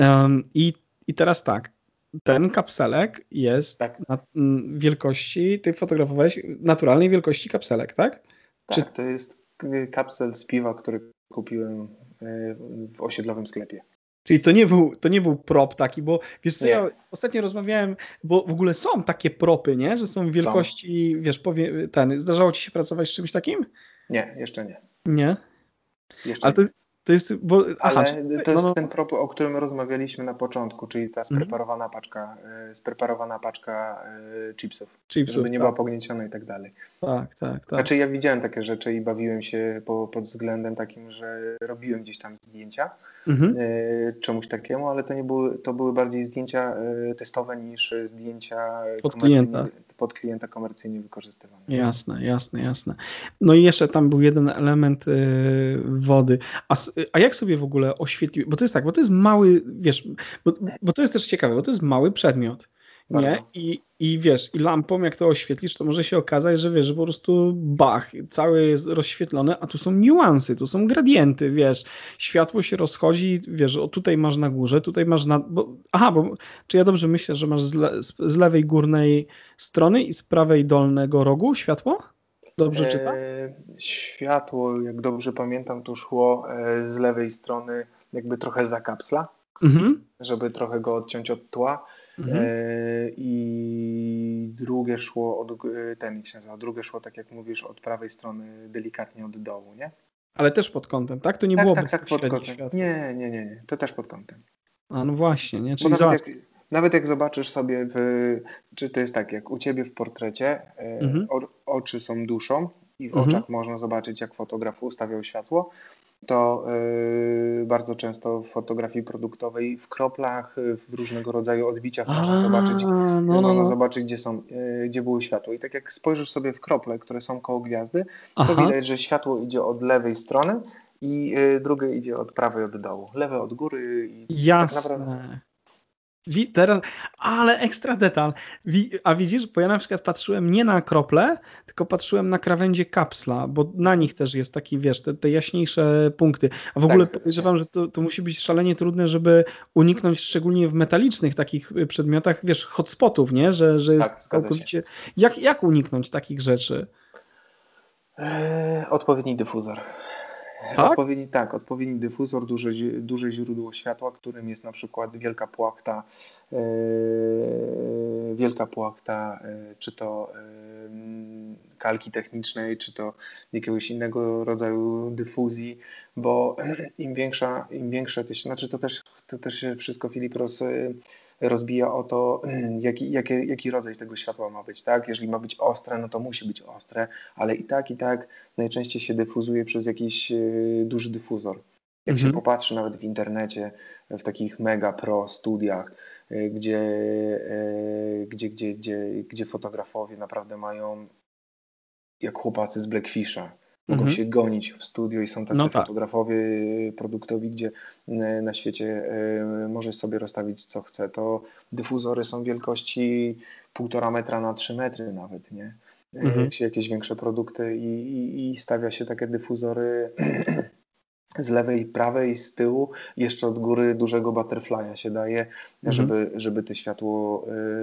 I teraz tak, ten kapselek jest Tak, wielkości, ty fotografowałeś naturalnej wielkości kapselek, tak? Czy tak, to jest kapsel z piwa, który kupiłem w osiedlowym sklepie. Czyli to nie był prop taki, bo wiesz co, Nie, ja ostatnio rozmawiałem, bo w ogóle są takie propy, nie? Że są są. wielkości, wiesz, zdarzało ci się pracować z czymś takim? Nie, jeszcze nie. Nie? Jeszcze Ale to, nie. to jest, bo, aha, Ale to no, jest no, ten prop, o którym rozmawialiśmy na początku, czyli ta mhm. spreparowana paczka chipsów, żeby Chipsów, nie była tak, pognieciona i tak dalej. tak. Znaczy ja widziałem takie rzeczy i bawiłem się pod względem takim, że robiłem gdzieś tam zdjęcia Mhm. czemuś takiemu, ale to były bardziej zdjęcia testowe niż zdjęcia Pod klienta. pod klienta komercyjnie wykorzystywane. Jasne. No i jeszcze tam był jeden element wody. A jak sobie w ogóle oświetlił? Bo to jest tak, bo to jest mały, wiesz, bo to jest też ciekawe, bo to jest mały przedmiot, nie? Bardzo. I wiesz, i lampą jak to oświetlisz, to może się okazać, że wiesz, że po prostu bach, cały jest rozświetlony, a tu są niuansy, tu są gradienty, wiesz, światło się rozchodzi, wiesz, o tutaj masz na górze, tutaj masz czy ja dobrze myślę, że masz z lewej górnej strony i z prawej dolnego rogu światło? Dobrze czytam? Światło, jak dobrze pamiętam, to szło z lewej strony jakby trochę za kapsla, Mhm. żeby trochę go odciąć od tła. Mhm. I drugie szło drugie szło, tak jak mówisz, od prawej strony delikatnie od dołu, nie? Ale też pod kątem, tak? To nie Tak, było tak, tak, pod bezpośrednie kątem. światło. Nie, to też pod kątem. A no właśnie, nie? Bo Czyli zobacz. nawet jak zobaczysz sobie, czy to jest tak, jak u ciebie w portrecie, Mhm. oczy są duszą i w Mhm. oczach można zobaczyć, jak fotograf ustawiał światło, to bardzo często w fotografii produktowej w kroplach, w różnego rodzaju odbiciach A, można no. zobaczyć, gdzie było światło. I tak jak spojrzysz sobie w krople, które są koło gwiazdy, to Aha, widać, że światło idzie od lewej strony i drugie idzie od prawej od dołu. Lewe od góry i tak naprawdę. jasne. Teraz, ale ekstra detal. A widzisz, bo ja na przykład patrzyłem nie na krople, tylko patrzyłem na krawędzie kapsla, bo na nich też jest taki, wiesz, te jaśniejsze punkty. A w Tak, ogóle zgadza się. podejrzewam, że to musi być szalenie trudne, żeby uniknąć, szczególnie w metalicznych takich przedmiotach, wiesz, hotspotów, nie? Że Tak, jest zgadza się. całkowicie... Jak uniknąć takich rzeczy? Odpowiedni dyfuzor. Tak? Odpowiedni dyfuzor, duże źródło światła, którym jest na przykład wielka płachta, czy to kalki technicznej, czy to jakiegoś innego rodzaju dyfuzji, bo im większe znaczy to też się wszystko, Filip, rozbija o to, jaki rodzaj tego światła ma być, tak? Jeżeli ma być ostre, no to musi być ostre, ale i tak najczęściej się dyfuzuje przez jakiś duży dyfuzor. Jak się Mhm. popatrzy nawet w internecie, w takich mega pro studiach, gdzie fotografowie naprawdę mają, jak chłopacy z Blackfisha, mogą Mhm. się gonić w studio i są No tacy tak. fotografowie produktowi, gdzie na świecie możesz sobie rozstawić co chce. To dyfuzory są wielkości 1,5 metra na 3 metry nawet, nie? Mhm. Jak się jakieś większe produkty i stawia się takie dyfuzory z lewej, prawej, z tyłu, jeszcze od góry dużego butterfly'a się daje, żeby to światło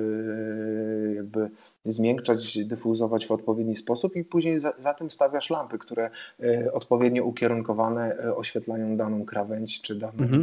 jakby zmiękczać, dyfuzować w odpowiedni sposób i później za tym stawiasz lampy, które odpowiednio ukierunkowane oświetlają daną krawędź czy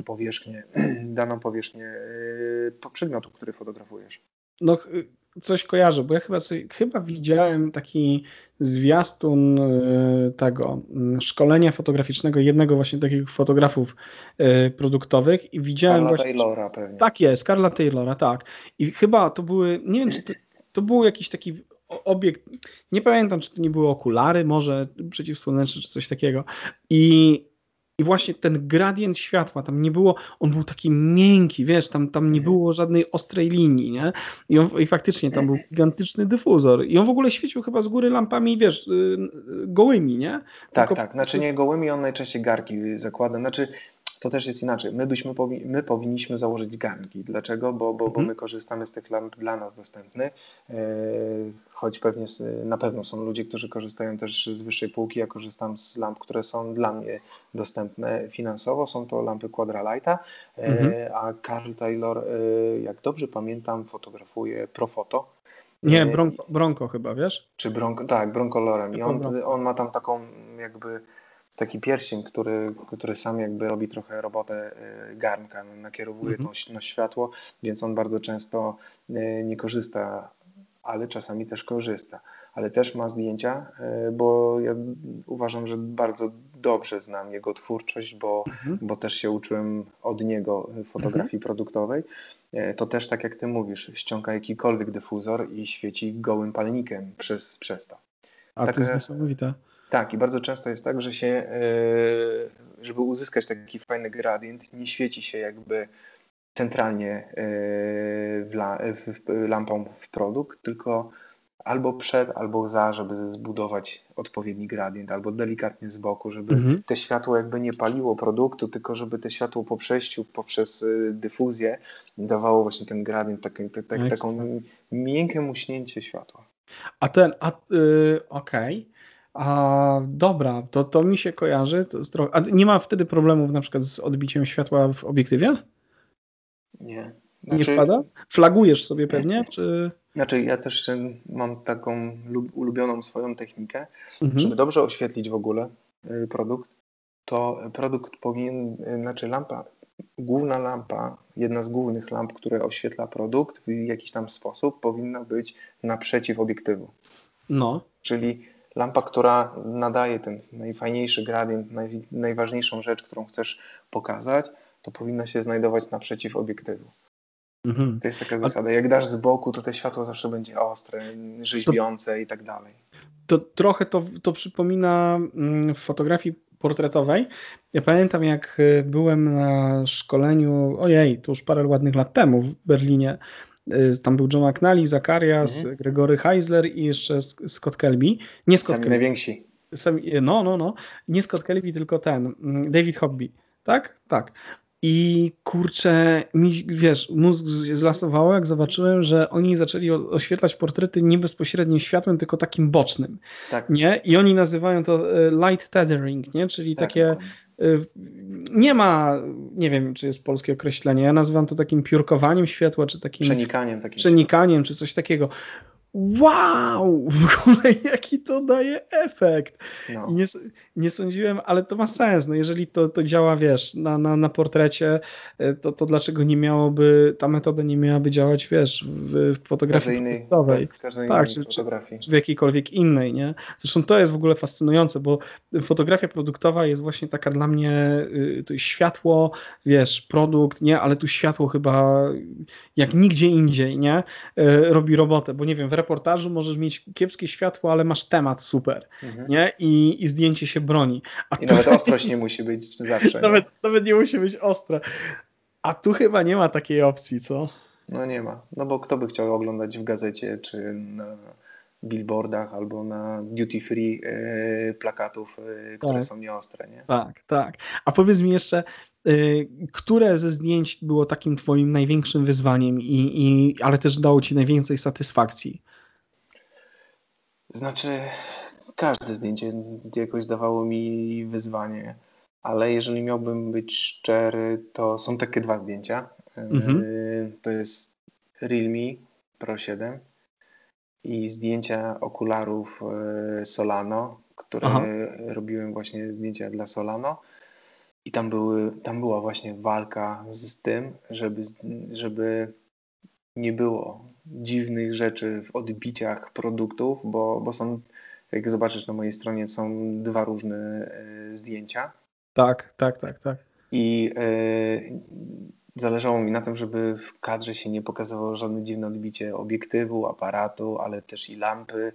daną powierzchnię przedmiotu, który fotografujesz. No, coś kojarzę, bo ja chyba widziałem taki zwiastun tego szkolenia fotograficznego jednego właśnie takich fotografów produktowych i widziałem Karla właśnie... Taylora pewnie. Tak jest, Karla Taylora, tak. I chyba to były, nie wiem, czy to był jakiś taki obiekt, nie pamiętam, czy to nie były okulary, może przeciwsłoneczne, czy coś takiego. I właśnie ten gradient światła, tam nie było, on był taki miękki, wiesz, tam nie było żadnej ostrej linii, nie? I faktycznie tam był gigantyczny dyfuzor. I on w ogóle świecił chyba z góry lampami, wiesz, gołymi, nie? Tak, znaczy nie gołymi, on najczęściej garki zakłada, znaczy to też jest inaczej. My powinniśmy założyć garnki. Dlaczego? Bo my korzystamy z tych lamp dla nas dostępnych, choć pewnie na pewno są ludzie, którzy korzystają też z wyższej półki. Ja korzystam z lamp, które są dla mnie dostępne finansowo. Są to lampy Quadralighta, a Karl Taylor, jak dobrze pamiętam, fotografuje Profoto. Nie, Bronco chyba, wiesz? Czy Bronco, tak, Broncolorem. I on ma tam taką jakby taki pierścień, który sam jakby robi trochę robotę garnka, nakierowuje to światło, więc on bardzo często nie korzysta, ale czasami też korzysta. Ale też ma zdjęcia, bo ja uważam, że bardzo dobrze znam jego twórczość, bo też się uczyłem od niego fotografii produktowej. To też, tak jak ty mówisz, ściąga jakikolwiek dyfuzor i świeci gołym palnikiem przez to. A to jest niesamowite. Tak, i bardzo często jest tak, że żeby uzyskać taki fajny gradient, nie świeci się jakby centralnie lampą w produkt, tylko albo przed, albo za, żeby zbudować odpowiedni gradient, albo delikatnie z boku, żeby te światło jakby nie paliło produktu, tylko żeby te światło po przejściu poprzez dyfuzję dawało właśnie ten gradient, taką miękkie muśnięcie światła. Okej. A dobra, to mi się kojarzy. A nie ma wtedy problemów na przykład z odbiciem światła w obiektywie? Nie. Nie wpada? Flagujesz sobie pewnie? Czy... Znaczy ja też mam taką ulubioną swoją technikę, żeby dobrze oświetlić w ogóle produkt, to produkt powinien, główna lampa, jedna z głównych lamp, które oświetla produkt w jakiś tam sposób, powinna być naprzeciw obiektywu. No. Czyli lampa, która nadaje ten najfajniejszy gradient, najważniejszą rzecz, którą chcesz pokazać, to powinna się znajdować naprzeciw obiektywu. To jest taka zasada. Jak dasz z boku, to te światło zawsze będzie ostre, rzeźbiące i tak dalej. To trochę to przypomina w fotografii portretowej. Ja pamiętam, jak byłem na szkoleniu, to już parę ładnych lat temu w Berlinie. Tam był John McNally, Zacharias, Gregory Heisler i jeszcze Scott Kelby. Nie Scott Kelby. Najwięksi. No. Nie Scott Kelby, tylko ten, David Hobby. Tak? Tak. I kurczę, wiesz, mózg zlasowało, jak zobaczyłem, że oni zaczęli oświetlać portrety nie bezpośrednim światłem, tylko takim bocznym. Tak. Nie? I oni nazywają to light tethering, nie? Czyli takie... Nie ma, nie wiem, czy jest polskie określenie, ja nazywam to takim piórkowaniem światła, czy takim... Przenikaniem, czy coś takiego. Wow! W ogóle jaki to daje efekt. No. I nie sądziłem, ale to ma sens. No jeżeli to działa, wiesz, na portrecie, to dlaczego ta metoda nie miałaby działać, wiesz, w fotografii portretowej. Czy w jakiejkolwiek innej, nie? Zresztą to jest w ogóle fascynujące, bo fotografia produktowa jest właśnie taka dla mnie, to jest światło, wiesz, produkt, nie? Ale tu światło chyba jak nigdzie indziej, nie? Robi robotę, bo nie wiem, w reportażu możesz mieć kiepskie światło, ale masz temat super, nie? I zdjęcie się broni. I nawet ostrość nie musi być zawsze. Nawet nie musi być ostre. A tu chyba nie ma takiej opcji, co? No nie ma. No bo kto by chciał oglądać w gazecie, czy na billboardach, albo na duty free plakatów, które są nieostre, nie? Tak. A powiedz mi jeszcze, które ze zdjęć było takim twoim największym wyzwaniem, ale też dało ci najwięcej satysfakcji? Znaczy, każde zdjęcie jakoś dawało mi wyzwanie. ale jeżeli miałbym być szczery, to są takie dwa zdjęcia. Mhm. To jest Realme Pro 7 i zdjęcia okularów Solano, które Aha. robiłem właśnie zdjęcia dla Solano. I tam była właśnie walka z tym, żeby nie było dziwnych rzeczy w odbiciach produktów, bo są, jak zobaczysz na mojej stronie, są dwa różne zdjęcia. Tak, tak, tak, tak. I zależało mi na tym, żeby w kadrze się nie pokazywało żadne dziwne odbicie obiektywu, aparatu, ale też i lampy.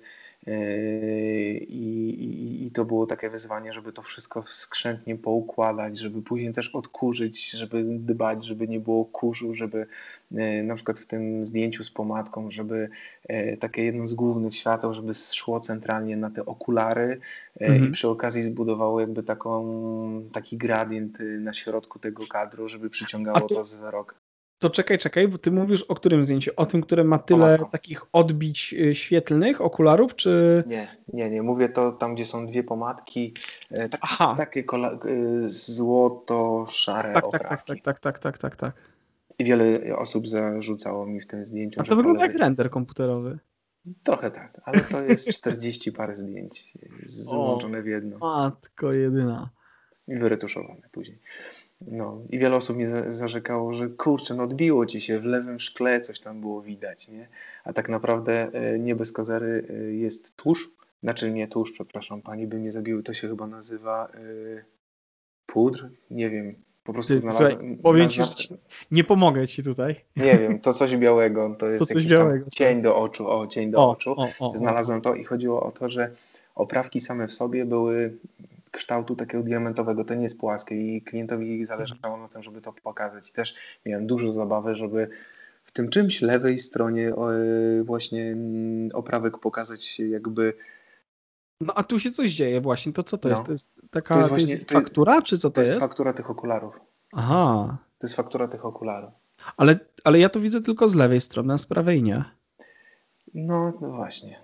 I to było takie wyzwanie, żeby to wszystko skrzętnie poukładać, żeby później też odkurzyć, żeby dbać, żeby nie było kurzu, żeby na przykład w tym zdjęciu z pomadką, żeby takie jedno z głównych świateł, żeby szło centralnie na te okulary i Mhm. przy okazji zbudowało jakby taki gradient na środku tego kadru, żeby A przyciągało to, to wzrok. to czekaj, bo ty mówisz o którym zdjęciu? O tym, które ma tyle Pomadką. takich odbić świetlnych okularów, czy... Nie. Mówię to tam, gdzie są dwie pomadki, Aha, takie złoto-szare tak, tak, tak, tak, oprawki. tak, tak, tak, tak, tak. I wiele osób zarzucało mi w tym zdjęciu, A że to wygląda jak render komputerowy. Trochę tak, ale to jest 40 parę zdjęć O, złączone w jedno matko jedyna. i wyretuszowane później. No i wiele osób mnie zarzekało, że kurczę, no odbiło ci się w lewym szkle, coś tam było widać, nie? A tak naprawdę nie bez kozery jest tłuszcz, znaczy nie tłuszcz, przepraszam, pani by mnie zabiły, to się chyba nazywa pudr, nie wiem, po prostu Słuchaj, znalazłem, powiem ci, że nie pomogę ci tutaj. nie wiem, to coś białego, to To jest coś jakiś tam białego, tak. cień do oczu, cień do oczu. O. Znalazłem to i chodziło o to, że oprawki same w sobie były kształtu takiego diamentowego, to nie jest płaskie i klientowi zależało na tym, żeby to pokazać. I też miałem dużo zabawy, żeby w tym czymś lewej stronie właśnie oprawek pokazać jakby, No a tu się coś dzieje właśnie, to co to jest? no, To jest to jest to jest właśnie, ich faktura, czy co to to jest jest? faktura tych okularów. Aha, To jest faktura tych okularów. ale ja to widzę tylko z lewej strony, a z prawej nie. No właśnie.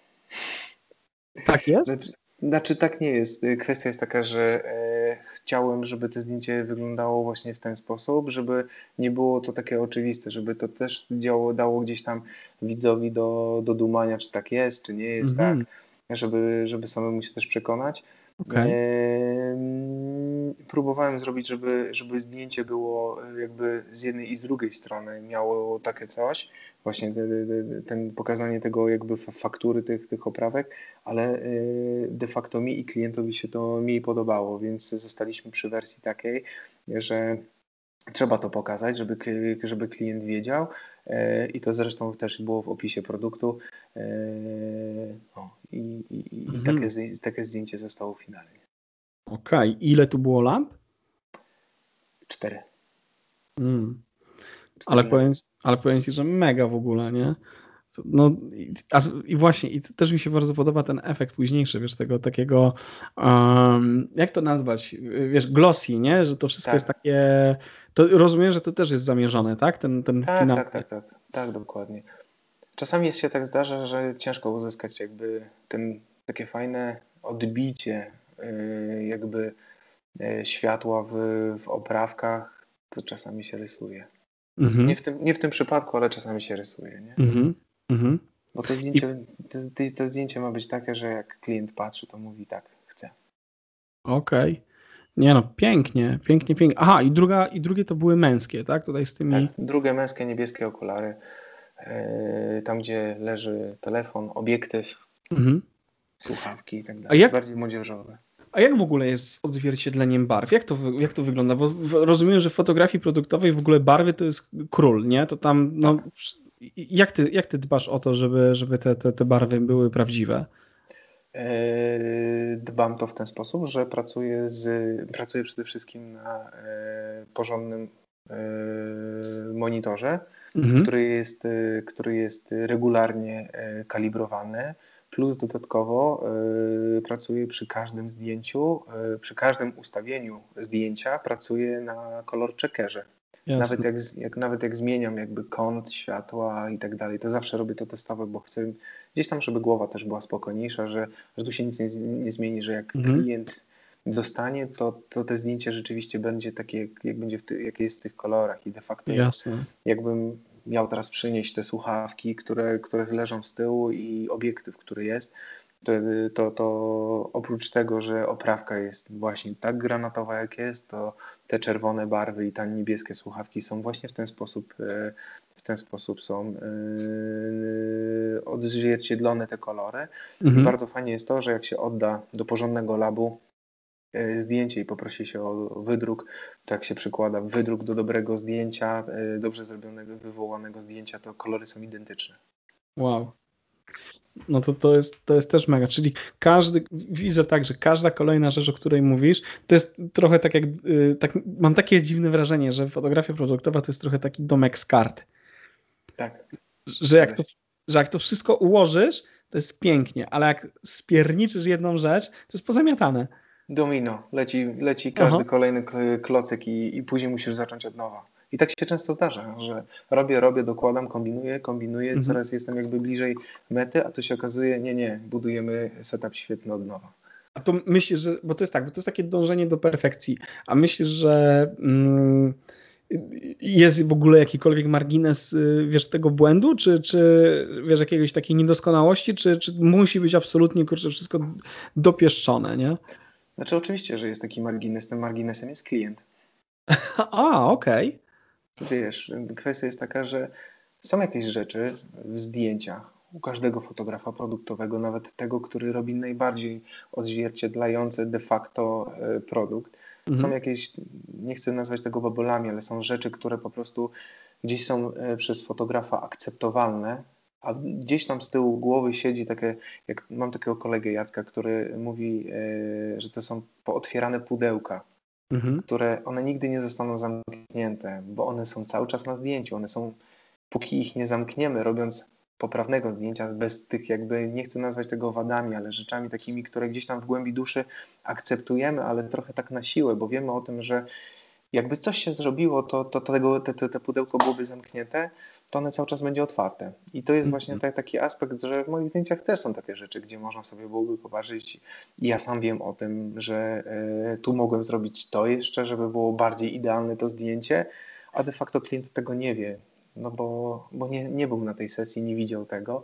Tak jest? Znaczy tak nie jest. Kwestia jest taka, że chciałem, żeby to zdjęcie wyglądało właśnie w ten sposób, żeby nie było to takie oczywiste, żeby to też dało gdzieś tam widzowi do dumania, czy tak jest, czy nie jest tak, Mhm, żeby samemu się też przekonać. okej. Próbowałem zrobić, żeby zdjęcie było jakby z jednej i z drugiej strony miało takie coś, właśnie pokazanie tego jakby faktury tych oprawek, ale de facto mi i klientowi się to mniej podobało, więc zostaliśmy przy wersji takiej, że trzeba to pokazać, żeby klient wiedział i to zresztą też było w opisie produktu. I Mhm. takie zdjęcie zostało finalnie. Okej. Ile tu było lamp? 4. Mm. Ale 4 powiem, lampy. ale powiem ci, że mega w ogóle, nie? No i właśnie, i też mi się bardzo podoba ten efekt późniejszy, wiesz, tego takiego, jak to nazwać, wiesz, glossy, nie? Że to wszystko jest Tak, takie, to rozumiem, że to też jest zamierzone, tak? Ten tak, tak, finalny. tak, tak, tak, dokładnie. Czasami się tak zdarza, że ciężko uzyskać jakby takie fajne odbicie jakby światła w oprawkach, to czasami się rysuje. Mhm, Nie w tym przypadku, ale czasami się rysuje, nie? mhm, mhm. Bo to I zdjęcie, to zdjęcie ma być takie, że jak klient patrzy, to mówi tak, chcę. okej. Nie no, pięknie, pięknie, pięknie. Aha, i drugie to były męskie, tak? Tutaj z Tak, tymi... drugie męskie niebieskie okulary, tam gdzie leży telefon, obiektyw, Mhm. słuchawki i tak A dalej. jak, Bardziej młodzieżowe. A jak w ogóle jest z odzwierciedleniem barw? Jak to wygląda? Bo rozumiem, że w fotografii produktowej w ogóle barwy to jest król, nie? To tam, no, Tak. jak ty dbasz o to, żeby te barwy były prawdziwe? Dbam to w ten sposób, że pracuję przede wszystkim na porządnym monitorze, Mhm. który jest regularnie kalibrowany, plus dodatkowo pracuję przy każdym zdjęciu, przy każdym ustawieniu zdjęcia pracuję na kolor checkerze. Jasne. Nawet jak zmieniam jakby kąt światła i tak dalej, to zawsze robię to testowe, bo chcę gdzieś tam, żeby głowa też była spokojniejsza, że tu się nic nie zmieni, że jak Mhm. klient dostanie, to te zdjęcie rzeczywiście będzie takie, jak będzie jak jest w tych kolorach i de facto Jasne. jakbym miał teraz przynieść te słuchawki, które leżą z tyłu i obiektyw, który jest, to oprócz tego, że oprawka jest właśnie tak granatowa jak jest, to te czerwone barwy i te niebieskie słuchawki są właśnie w ten sposób są odzwierciedlone te kolory. I Mhm. bardzo fajnie jest to, że jak się odda do porządnego labu zdjęcie i poprosi się o wydruk, to jak się przykłada wydruk do dobrego zdjęcia, dobrze zrobionego, wywołanego zdjęcia, to kolory są identyczne. Wow. No to jest też mega, czyli widzę tak, że każda kolejna rzecz, o której mówisz, to jest trochę tak jak, mam takie dziwne wrażenie, że fotografia produktowa to jest trochę taki domek z kart, Tak. że jak to wszystko ułożysz, to jest pięknie, ale jak spierniczysz jedną rzecz, to jest pozamiatane. Domino, leci Aha. każdy kolejny klocek i później musisz zacząć od nowa. I tak się często zdarza, że robię, dokładam, kombinuję, Mhm. coraz jestem jakby bliżej mety, a tu się okazuje, nie, budujemy setup świetny od nowa. A to myślisz, że, bo to jest tak, bo to jest takie dążenie do perfekcji, a myślisz, że jest w ogóle jakikolwiek margines, wiesz, tego błędu, czy wiesz, jakiejś takiej niedoskonałości, czy musi być absolutnie, kurczę, wszystko dopieszczone, nie? Znaczy oczywiście, że jest taki margines, tym marginesem jest klient. A, okej. Wiesz, kwestia jest taka, że są jakieś rzeczy w zdjęciach u każdego fotografa produktowego, nawet tego, który robi najbardziej odzwierciedlający de facto produkt. Są Mhm. jakieś, nie chcę nazwać tego babolami, ale są rzeczy, które po prostu gdzieś są przez fotografa akceptowalne, a gdzieś tam z tyłu głowy siedzi takie, jak mam takiego kolegę Jacka, który mówi, że to są pootwierane pudełka, Mhm. które one nigdy nie zostaną zamknięte, bo one są cały czas na zdjęciu. One są, póki ich nie zamkniemy, robiąc poprawnego zdjęcia, bez tych jakby, nie chcę nazwać tego wadami, ale rzeczami takimi, które gdzieś tam w głębi duszy akceptujemy, ale trochę tak na siłę, bo wiemy o tym, że jakby coś się zrobiło, te pudełko byłoby zamknięte, to one cały czas będzie otwarte. I to jest właśnie Mhm. taki aspekt, że w moich zdjęciach też są takie rzeczy, gdzie można sobie byłoby popatrzeć i ja sam wiem o tym, że tu mogłem zrobić to jeszcze, żeby było bardziej idealne to zdjęcie, a de facto klient tego nie wie, no bo nie był na tej sesji, nie widział tego,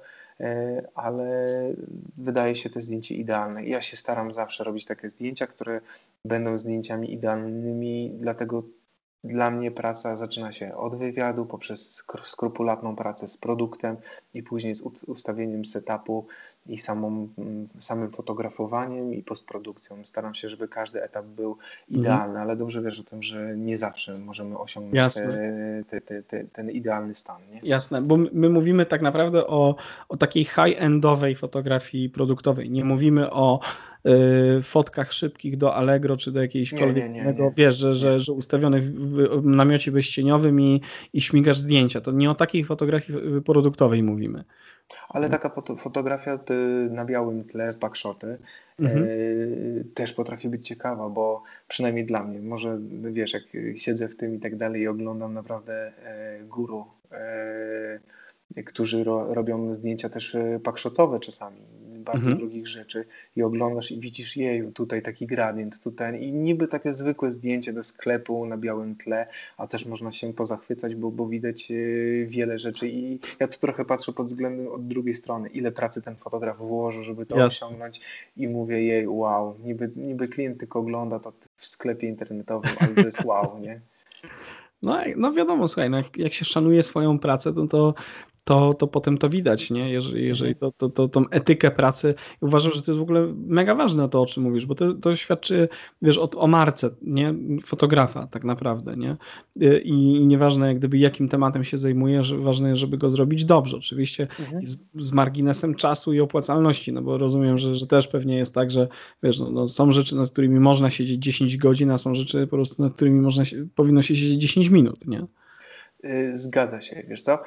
ale wydaje się te zdjęcie idealne. I ja się staram zawsze robić takie zdjęcia, które będą zdjęciami idealnymi, dlatego dla mnie praca zaczyna się od wywiadu, poprzez skrupulatną pracę z produktem i później z ustawieniem setupu i samym fotografowaniem i postprodukcją. Staram się, żeby każdy etap był Mhm. idealny, ale dobrze wiesz o tym, że nie zawsze możemy osiągnąć Jasne. ten idealny stan, nie? Jasne, bo my mówimy tak naprawdę o takiej high-endowej fotografii produktowej. Nie mówimy o fotkach szybkich do Allegro czy do jakiejśkolwiek innego, wiesz, Nie. że ustawiony w namiocie bezcieniowym i śmigasz zdjęcia. To nie o takiej fotografii produktowej mówimy. Ale taka fotografia na białym tle, backshoty, Mhm. też potrafi być ciekawa, bo przynajmniej dla mnie, może wiesz, jak siedzę w tym i tak dalej i oglądam naprawdę guru, którzy robią zdjęcia też backshotowe czasami, bardzo Mhm. drogich rzeczy i oglądasz i widzisz, jeju, tutaj taki gradient, tutaj i niby takie zwykłe zdjęcie do sklepu na białym tle, a też można się pozachwycać, bo widać wiele rzeczy i ja tu trochę patrzę pod względem od drugiej strony, ile pracy ten fotograf włożył, żeby to Jasne. osiągnąć i mówię jej, wow, niby klient tylko ogląda to w sklepie internetowym, ale to jest wow, nie? No wiadomo, słuchaj, no jak się szanuje swoją pracę, to potem to widać, nie? Jeżeli Mhm. tą etykę pracy. I uważam, że to jest w ogóle mega ważne to, o czym mówisz, bo to świadczy, wiesz, o marce, nie? Fotografa tak naprawdę, nie? I nieważne jak gdyby jakim tematem się zajmuje, że ważne jest, żeby go zrobić dobrze. Oczywiście Mhm. z marginesem czasu i opłacalności, no bo rozumiem, że też pewnie jest tak, że wiesz, no są rzeczy, nad którymi można siedzieć 10 godzin, a są rzeczy po prostu, nad którymi powinno się siedzieć 10 minut, nie? Zgadza się, wiesz co?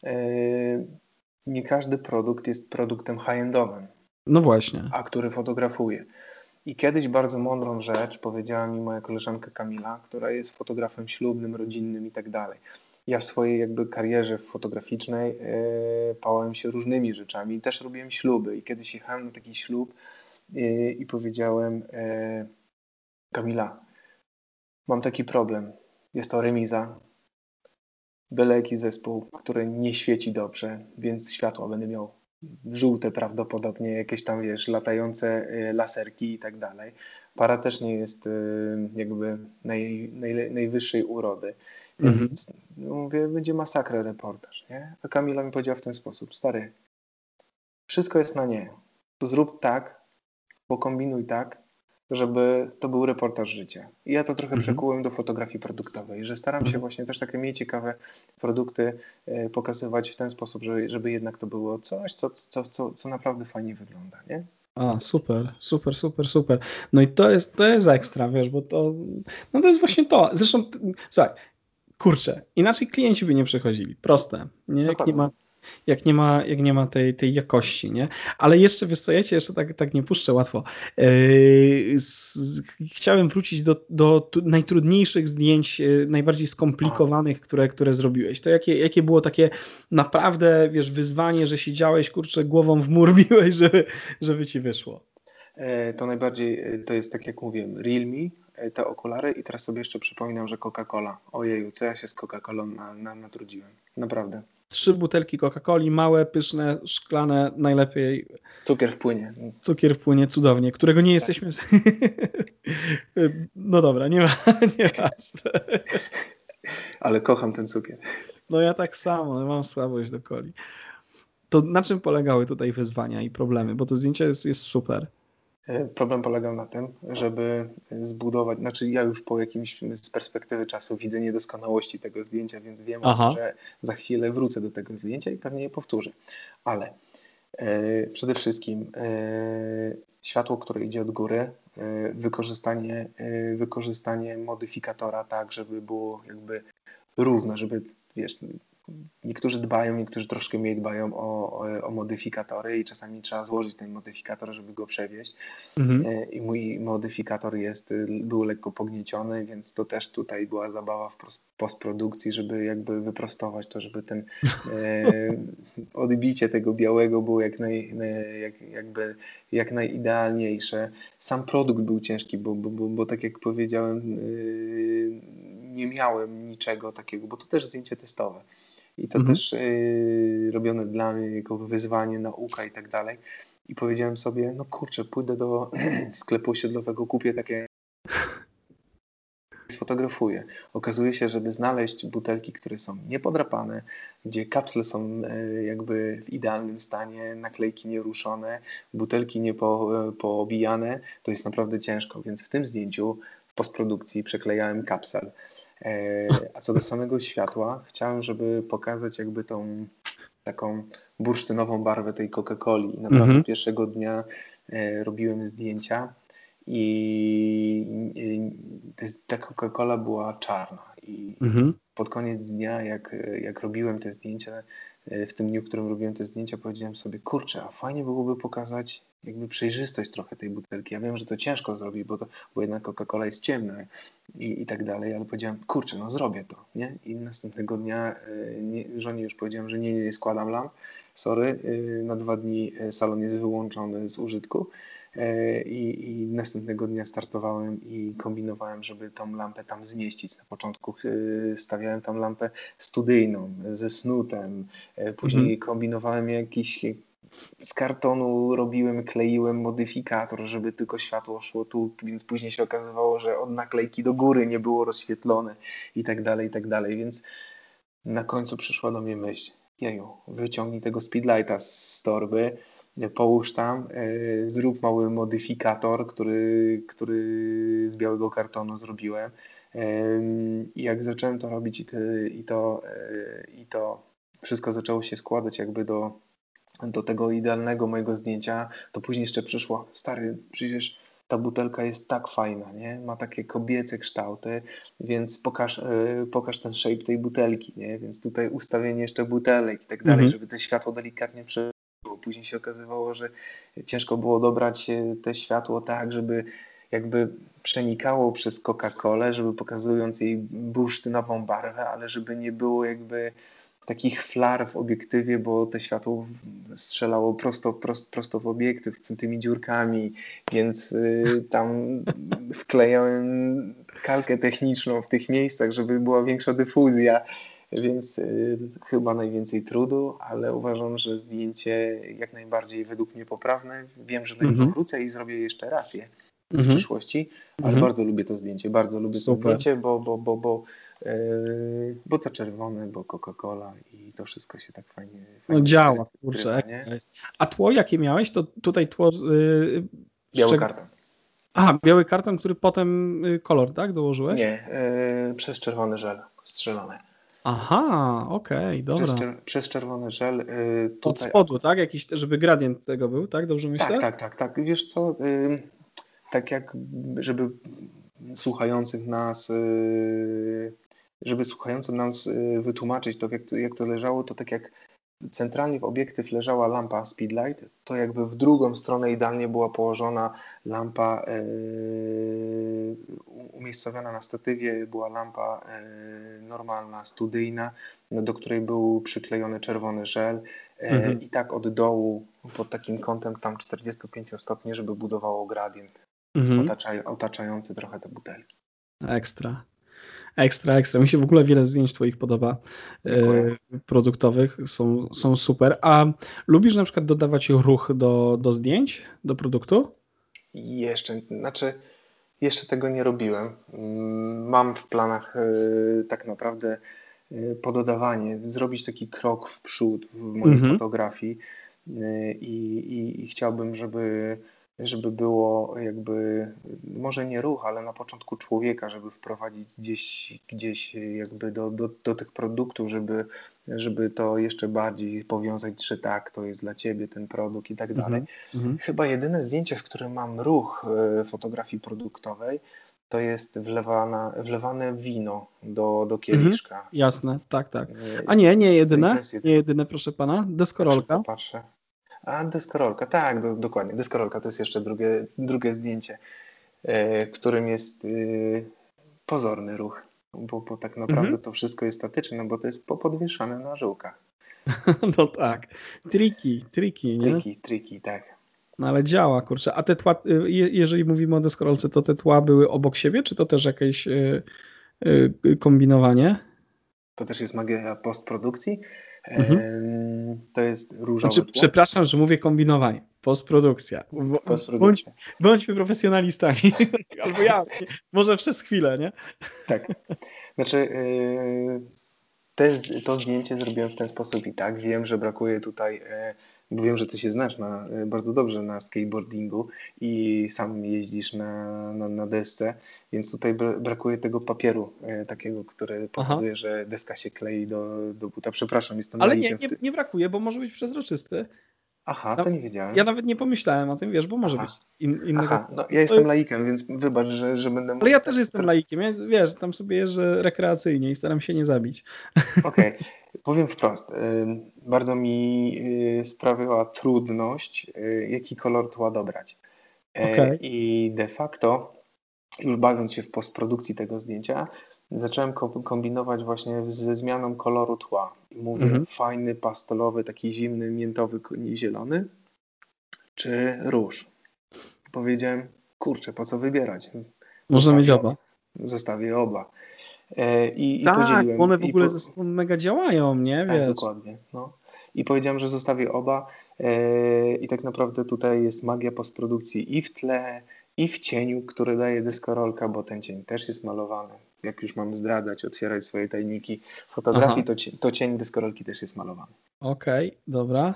Nie każdy produkt jest produktem high-endowym, No właśnie. a który fotografuje. I kiedyś bardzo mądrą rzecz powiedziała mi moja koleżanka Kamila, która jest fotografem ślubnym, rodzinnym i tak dalej. Ja w swojej jakby karierze fotograficznej pałałem się różnymi rzeczami. Też robiłem śluby i kiedyś jechałem na taki ślub i powiedziałem, Kamila, mam taki problem. Jest to remiza. Byle jaki zespół, który nie świeci dobrze, więc światła będę miał żółte prawdopodobnie, jakieś tam, wiesz, latające laserki i tak dalej. Para też nie jest jakby najwyższej urody, więc mówię, będzie masakra reportaż, nie? A Kamila mi powiedziała w ten sposób: stary, wszystko jest na nie. To zrób tak, pokombinuj tak, żeby to był reportaż życia. I ja to trochę przekułem do fotografii produktowej, że staram się właśnie też takie mniej ciekawe produkty pokazywać w ten sposób, żeby jednak to było coś, co naprawdę fajnie wygląda, nie? A, super, super, super, super. No i to jest ekstra, wiesz, bo to jest właśnie to. Zresztą, słuchaj, kurczę, inaczej klienci by nie przychodzili. Proste, nie? Jak nie ma tej jakości, nie? Ale jeszcze, wiesz co, ja cię jeszcze tak nie puszczę łatwo. Chciałem wrócić do najtrudniejszych zdjęć, najbardziej skomplikowanych, które zrobiłeś. To jakie było takie naprawdę, wiesz, wyzwanie, że siedziałeś, kurczę, głową w mur biłeś, żeby ci wyszło? To najbardziej, to jest tak jak mówiłem, Realme, te okulary i teraz sobie jeszcze przypominam, że Coca-Cola. Ojeju, co ja się z Coca-Colą natrudziłem. Naprawdę. 3 butelki Coca-Coli, małe, pyszne, szklane, najlepiej. Cukier wpłynie. Cukier wpłynie cudownie, którego nie jesteśmy... No dobra, nie ważne. Ale kocham ten cukier. No ja tak samo, mam słabość do coli. To na czym polegały tutaj wyzwania i problemy? Bo to zdjęcie jest super. Problem polegał na tym, żeby zbudować, znaczy ja już po jakimś z perspektywy czasu widzę niedoskonałości tego zdjęcia, więc wiem o tym, że za chwilę wrócę do tego zdjęcia i pewnie je powtórzę. Ale przede wszystkim światło, które idzie od góry, wykorzystanie modyfikatora tak, żeby było jakby równo, żeby, wiesz, niektórzy dbają, niektórzy troszkę mniej dbają o modyfikatory i czasami trzeba złożyć ten modyfikator, żeby go przewieźć. I mój modyfikator był lekko pognieciony, więc to też tutaj była zabawa w postprodukcji, żeby jakby wyprostować to, żeby ten odbicie tego białego było jak najidealniejsze. Sam produkt był ciężki, bo tak jak powiedziałem, nie miałem niczego takiego, bo to też zdjęcie testowe. I to też robione dla mnie jako wyzwanie, nauka i tak dalej. I powiedziałem sobie, no kurczę, pójdę do sklepu osiedlowego, kupię takie, sfotografuję. Okazuje się, żeby znaleźć butelki, które są niepodrapane, gdzie kapsle są jakby w idealnym stanie, naklejki nieruszone, butelki nie poobijane, to jest naprawdę ciężko. Więc w tym zdjęciu w postprodukcji przeklejałem kapsel. A co do samego światła, chciałem, żeby pokazać jakby tą taką bursztynową barwę tej Coca-Coli. I naprawdę pierwszego dnia robiłem zdjęcia i ta Coca-Cola była czarna. I pod koniec dnia, jak robiłem te zdjęcia, w tym dniu, w którym robiłem te zdjęcia, powiedziałem sobie, kurczę, a fajnie byłoby pokazać jakby przejrzystość trochę tej butelki. Ja wiem, że to ciężko zrobić, bo jednak Coca-Cola jest ciemna i tak dalej, ale powiedziałem, kurczę, no zrobię to, nie? I następnego dnia żonie już powiedziałem, że nie składam lamp, sorry, na 2 dni salon jest wyłączony z użytku. I następnego dnia startowałem i kombinowałem, żeby tą lampę tam zmieścić. Na początku stawiałem tam lampę studyjną, ze snutem, później kombinowałem jakiś z kartonu, kleiłem modyfikator, żeby tylko światło szło tu, więc później się okazywało, że od naklejki do góry nie było rozświetlone i tak dalej, więc na końcu przyszła do mnie myśl, jeju, wyciągnij tego speedlighta z torby, połóż tam, zrób mały modyfikator, który z białego kartonu zrobiłem. I jak zacząłem to robić i to wszystko zaczęło się składać jakby do tego idealnego mojego zdjęcia, to później jeszcze przyszło, stary, przecież ta butelka jest tak fajna, nie? Ma takie kobiece kształty, więc pokaż ten shape tej butelki, nie? Więc tutaj ustawienie jeszcze butelek i tak dalej, żeby to światło delikatnie przebiło. Później się okazywało, że ciężko było dobrać te światło tak, żeby jakby przenikało przez Coca-Colę, żeby pokazując jej bursztynową barwę, ale żeby nie było jakby takich flar w obiektywie, bo te światło strzelało prosto w obiektyw tymi dziurkami, więc tam wklejałem kalkę techniczną w tych miejscach, żeby była większa dyfuzja, więc chyba najwięcej trudu, ale uważam, że zdjęcie jak najbardziej według mnie poprawne. Wiem, że do niego wrócę i zrobię jeszcze raz je w przyszłości, ale bardzo lubię to zdjęcie, bo to czerwone, bo Coca-Cola i to wszystko się tak fajnie no działa, kurczę, ekstra jest. A tło jakie miałeś? To tutaj tło... Biały karton. Aha, biały karton, który potem kolor, tak, dołożyłeś? Nie, przez czerwony żel strzelone. Aha, okej, dobra. Przez czerwony żel. Tutaj... Od spodu, tak? Jakiś, żeby gradient tego był, tak? Dobrze myślę? Tak. Wiesz co, tak jak, żeby słuchającym nas wytłumaczyć to, jak to leżało, to tak jak centralnie w obiektyw leżała lampa speedlight, to jakby w drugą stronę idealnie była położona lampa umiejscowiona na statywie, była lampa normalna, studyjna, do której był przyklejony czerwony żel i tak od dołu pod takim kątem tam 45 stopni, żeby budowało gradient otaczający trochę te butelki. Ekstra. Mi się w ogóle wiele zdjęć twoich podoba, produktowych, są super. A lubisz na przykład dodawać ruch do zdjęć, do produktu? Jeszcze tego nie robiłem. Mam w planach tak naprawdę pododawanie, zrobić taki krok w przód w mojej fotografii i chciałbym, żeby było jakby, może nie ruch, ale na początku człowieka, żeby wprowadzić gdzieś jakby do tych produktów, żeby to jeszcze bardziej powiązać, że tak, to jest dla ciebie ten produkt i tak dalej. Chyba jedyne zdjęcie, w którym mam ruch fotografii produktowej, to jest wlewane wino do kieliszka. Jasne, tak. A nie jedyne, proszę pana, deskorolka. Patrzę. A deskorolka, tak, dokładnie. Deskorolka to jest jeszcze drugie zdjęcie, w którym jest pozorny ruch, bo tak naprawdę to wszystko jest statyczne, bo to jest podwieszane na żyłkach. No tak, triki, nie? Triki, tak. No ale działa, kurczę. A te tła, jeżeli mówimy o deskorolce, to te tła były obok siebie, czy to też jakieś kombinowanie? To też jest magia postprodukcji. To jest różowe tło. Przepraszam, że mówię kombinowanie. Postprodukcja. Bądźmy profesjonalistami. Albo ja. Może przez chwilę, nie? Tak. Znaczy to zdjęcie zrobiłem w ten sposób i tak. Wiem, że brakuje tutaj, bo wiem, że ty się znasz bardzo dobrze na skateboardingu i sam jeździsz na desce, więc tutaj brakuje tego papieru takiego, który powoduje, że deska się klei do buta. Przepraszam, jestem laikiem. Ale nie brakuje, bo może być przezroczysty. Aha, to nie wiedziałem. Ja nawet nie pomyślałem o tym, wiesz, bo może być innego. Aha, no ja jestem laikiem, więc wybacz, że będę... Ale ja też jestem laikiem, ja, wiesz, tam sobie jeżdżę rekreacyjnie i staram się nie zabić. Okej. Powiem wprost, bardzo mi sprawiła trudność, jaki kolor tła dobrać. I de facto, już bawiąc się w postprodukcji tego zdjęcia, zacząłem kombinować właśnie ze zmianą koloru tła. I mówię, fajny, pastelowy, taki zimny, miętowy, zielony, czy róż. Powiedziałem, kurczę, po co wybierać? Można mieć oba. Zostawię oba. I tak, podzieliłem. One w ogóle ze sobą mega działają, nie? Tak, wiesz. dokładnie. No. I powiedziałem, że zostawię oba i tak naprawdę tutaj jest magia postprodukcji i w tle, i w cieniu, który daje deskorolka, bo ten cień też jest malowany. Jak już mam zdradzać, otwierać swoje tajniki fotografii, to cień deskorolki też jest malowany. Okej, dobra.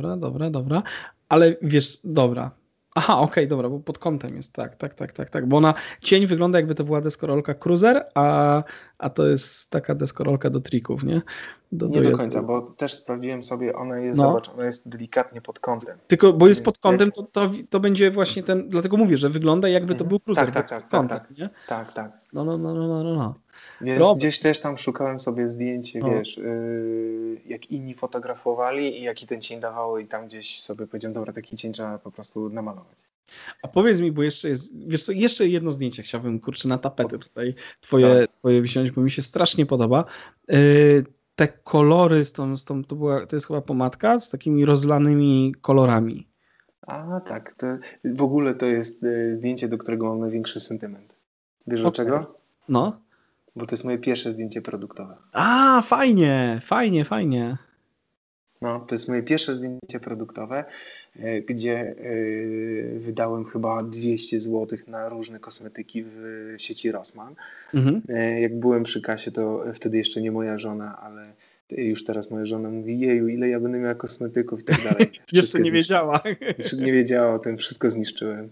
Ale wiesz, dobra. Aha, dobra, bo pod kątem jest, tak, bo cień wygląda jakby to była deskorolka cruiser, a to jest taka deskorolka do trików, nie? Nie do końca, bo też sprawdziłem sobie, ona jest, zobacz, ona jest delikatnie pod kątem. Tylko, bo jest pod kątem, to będzie właśnie dlatego mówię, że wygląda jakby to był cruiser. Tak. No. Więc gdzieś też tam szukałem sobie zdjęcie, wiesz, jak inni fotografowali i jaki ten cień dawało i tam gdzieś sobie powiedziałem, dobra, taki cień trzeba po prostu namalować. A powiedz mi, bo jeszcze jest, wiesz co, jeszcze jedno zdjęcie chciałbym, kurczę, na tapetę tutaj twoje wziąć, bo mi się strasznie podoba. te kolory to jest chyba pomadka z takimi rozlanymi kolorami. A tak, w ogóle to jest zdjęcie, do którego mam największy sentyment. Wiesz dlaczego? No. Bo to jest moje pierwsze zdjęcie produktowe. A, fajnie. No, to jest moje pierwsze zdjęcie produktowe, gdzie wydałem chyba 200 zł na różne kosmetyki w sieci Rossmann. Jak byłem przy kasie, to wtedy jeszcze nie moja żona, ale już teraz moja żona mówi, jeju, ile ja będę miała kosmetyków i tak dalej. Jeszcze nie wiedziała. Jeszcze nie wiedziała o tym, wszystko zniszczyłem.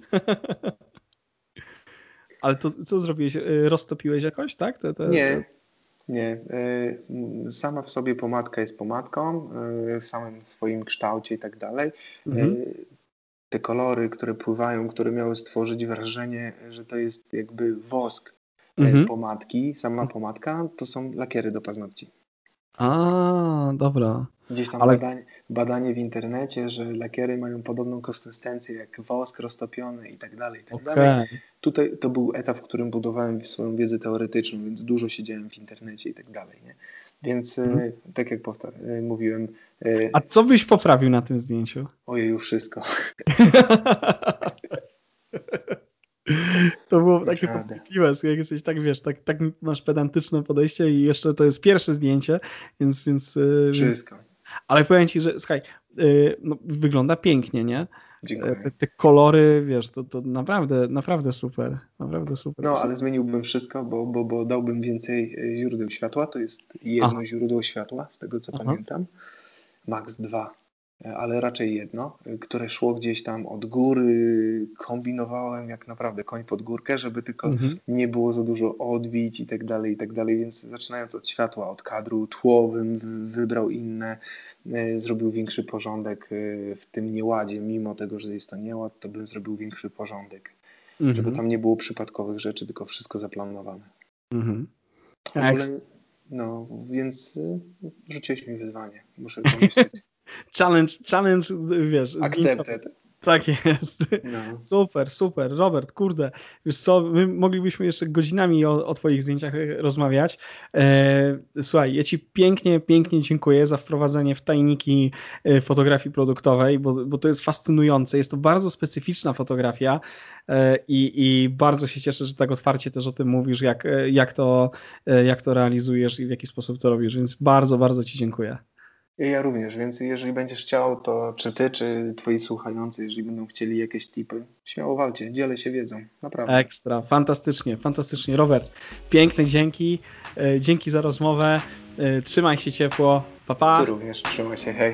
Ale to co zrobiłeś? Roztopiłeś jakoś, tak? Nie. Sama w sobie pomadka jest pomadką, w samym swoim kształcie i tak dalej. Te kolory, które pływają, które miały stworzyć wrażenie, że to jest jakby wosk pomadki, sama pomadka, to są lakiery do paznokci. A, dobra. Gdzieś tam badanie w internecie, że lakiery mają podobną konsystencję jak wosk roztopiony i tak dalej, i tak dalej. Tutaj to był etap, w którym budowałem swoją wiedzę teoretyczną, więc dużo siedziałem w internecie i tak dalej, nie? Więc tak jak mówiłem... A co byś poprawił na tym zdjęciu? Ojeju, wszystko. To było takie podchwytliwe, jak jesteś tak, wiesz, tak masz pedantyczne podejście i jeszcze to jest pierwsze zdjęcie, więc wszystko. Ale powiem ci, że słuchaj, no, wygląda pięknie, nie? Dziękuję. Te kolory, wiesz, to naprawdę super. Naprawdę super. No, ale zmieniłbym wszystko, bo dałbym więcej źródeł światła. To jest jedno źródło światła, z tego co pamiętam. Max 2, ale raczej jedno, które szło gdzieś tam od góry. Kombinowałem jak naprawdę koń pod górkę, żeby tylko nie było za dużo odbić i tak dalej, więc zaczynając od światła, od kadru, tło bym wybrał inne, zrobił większy porządek w tym nieładzie, mimo tego, że jest to nieład, to bym zrobił większy porządek, żeby tam nie było przypadkowych rzeczy, tylko wszystko zaplanowane. No, więc rzuciłeś mi wyzwanie, muszę pomyśleć. Challenge, wiesz. Accepted. Tak jest. No. Super. Robert, kurde, wiesz co, my moglibyśmy jeszcze godzinami o twoich zdjęciach rozmawiać. Słuchaj, ja ci pięknie dziękuję za wprowadzenie w tajniki fotografii produktowej, bo to jest fascynujące. Jest to bardzo specyficzna fotografia i bardzo się cieszę, że tak otwarcie też o tym mówisz, jak to realizujesz i w jaki sposób to robisz, więc bardzo ci dziękuję. Ja również, więc jeżeli będziesz chciał, to czy ty, czy twoi słuchający, jeżeli będą chcieli jakieś tipy, śmiało walcie, dzielę się wiedzą, naprawdę. Ekstra, fantastycznie. Robert, piękne dzięki za rozmowę, trzymaj się ciepło, pa pa. Ty również, trzymaj się, hej.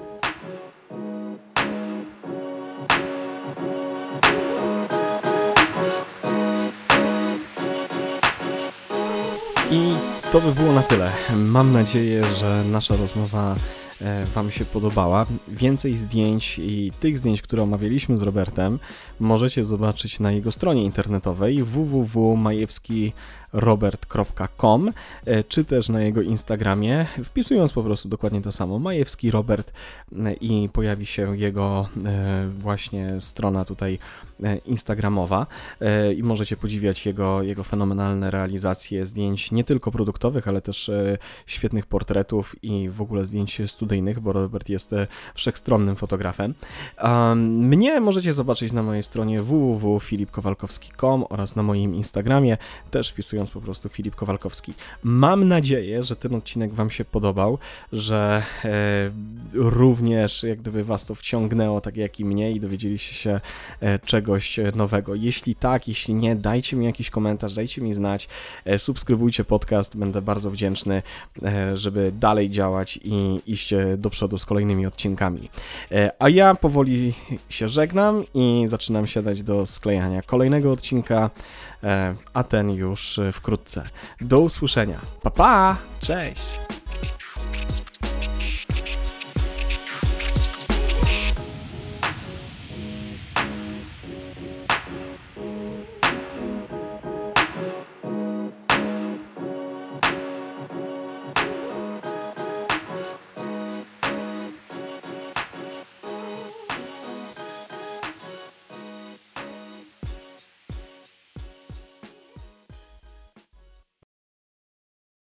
I to by było na tyle. Mam nadzieję, że nasza rozmowa Wam się podobała. Więcej zdjęć i tych zdjęć, które omawialiśmy z Robertem, możecie zobaczyć na jego stronie internetowej www.majewskirobert.com czy też na jego Instagramie, wpisując po prostu dokładnie to samo, Majewski Robert, i pojawi się jego właśnie strona tutaj instagramowa i możecie podziwiać jego fenomenalne realizacje zdjęć nie tylko produktowych, ale też świetnych portretów i w ogóle zdjęć studyjnych, bo Robert jest wszechstronnym fotografem. Mnie możecie zobaczyć na mojej stronie www.filipkowalkowski.com oraz na moim Instagramie, też wpisując po prostu Filip Kowalkowski. Mam nadzieję, że ten odcinek Wam się podobał, że również jak gdyby Was to wciągnęło, tak jak i mnie, i dowiedzieliście się czegoś nowego. Jeśli tak, jeśli nie, dajcie mi jakiś komentarz, dajcie mi znać, subskrybujcie podcast, będę bardzo wdzięczny, żeby dalej działać i iść do przodu z kolejnymi odcinkami. A ja powoli się żegnam i zaczynam siadać do sklejania kolejnego odcinka, a ten już wkrótce. Do usłyszenia. Pa, pa! Cześć!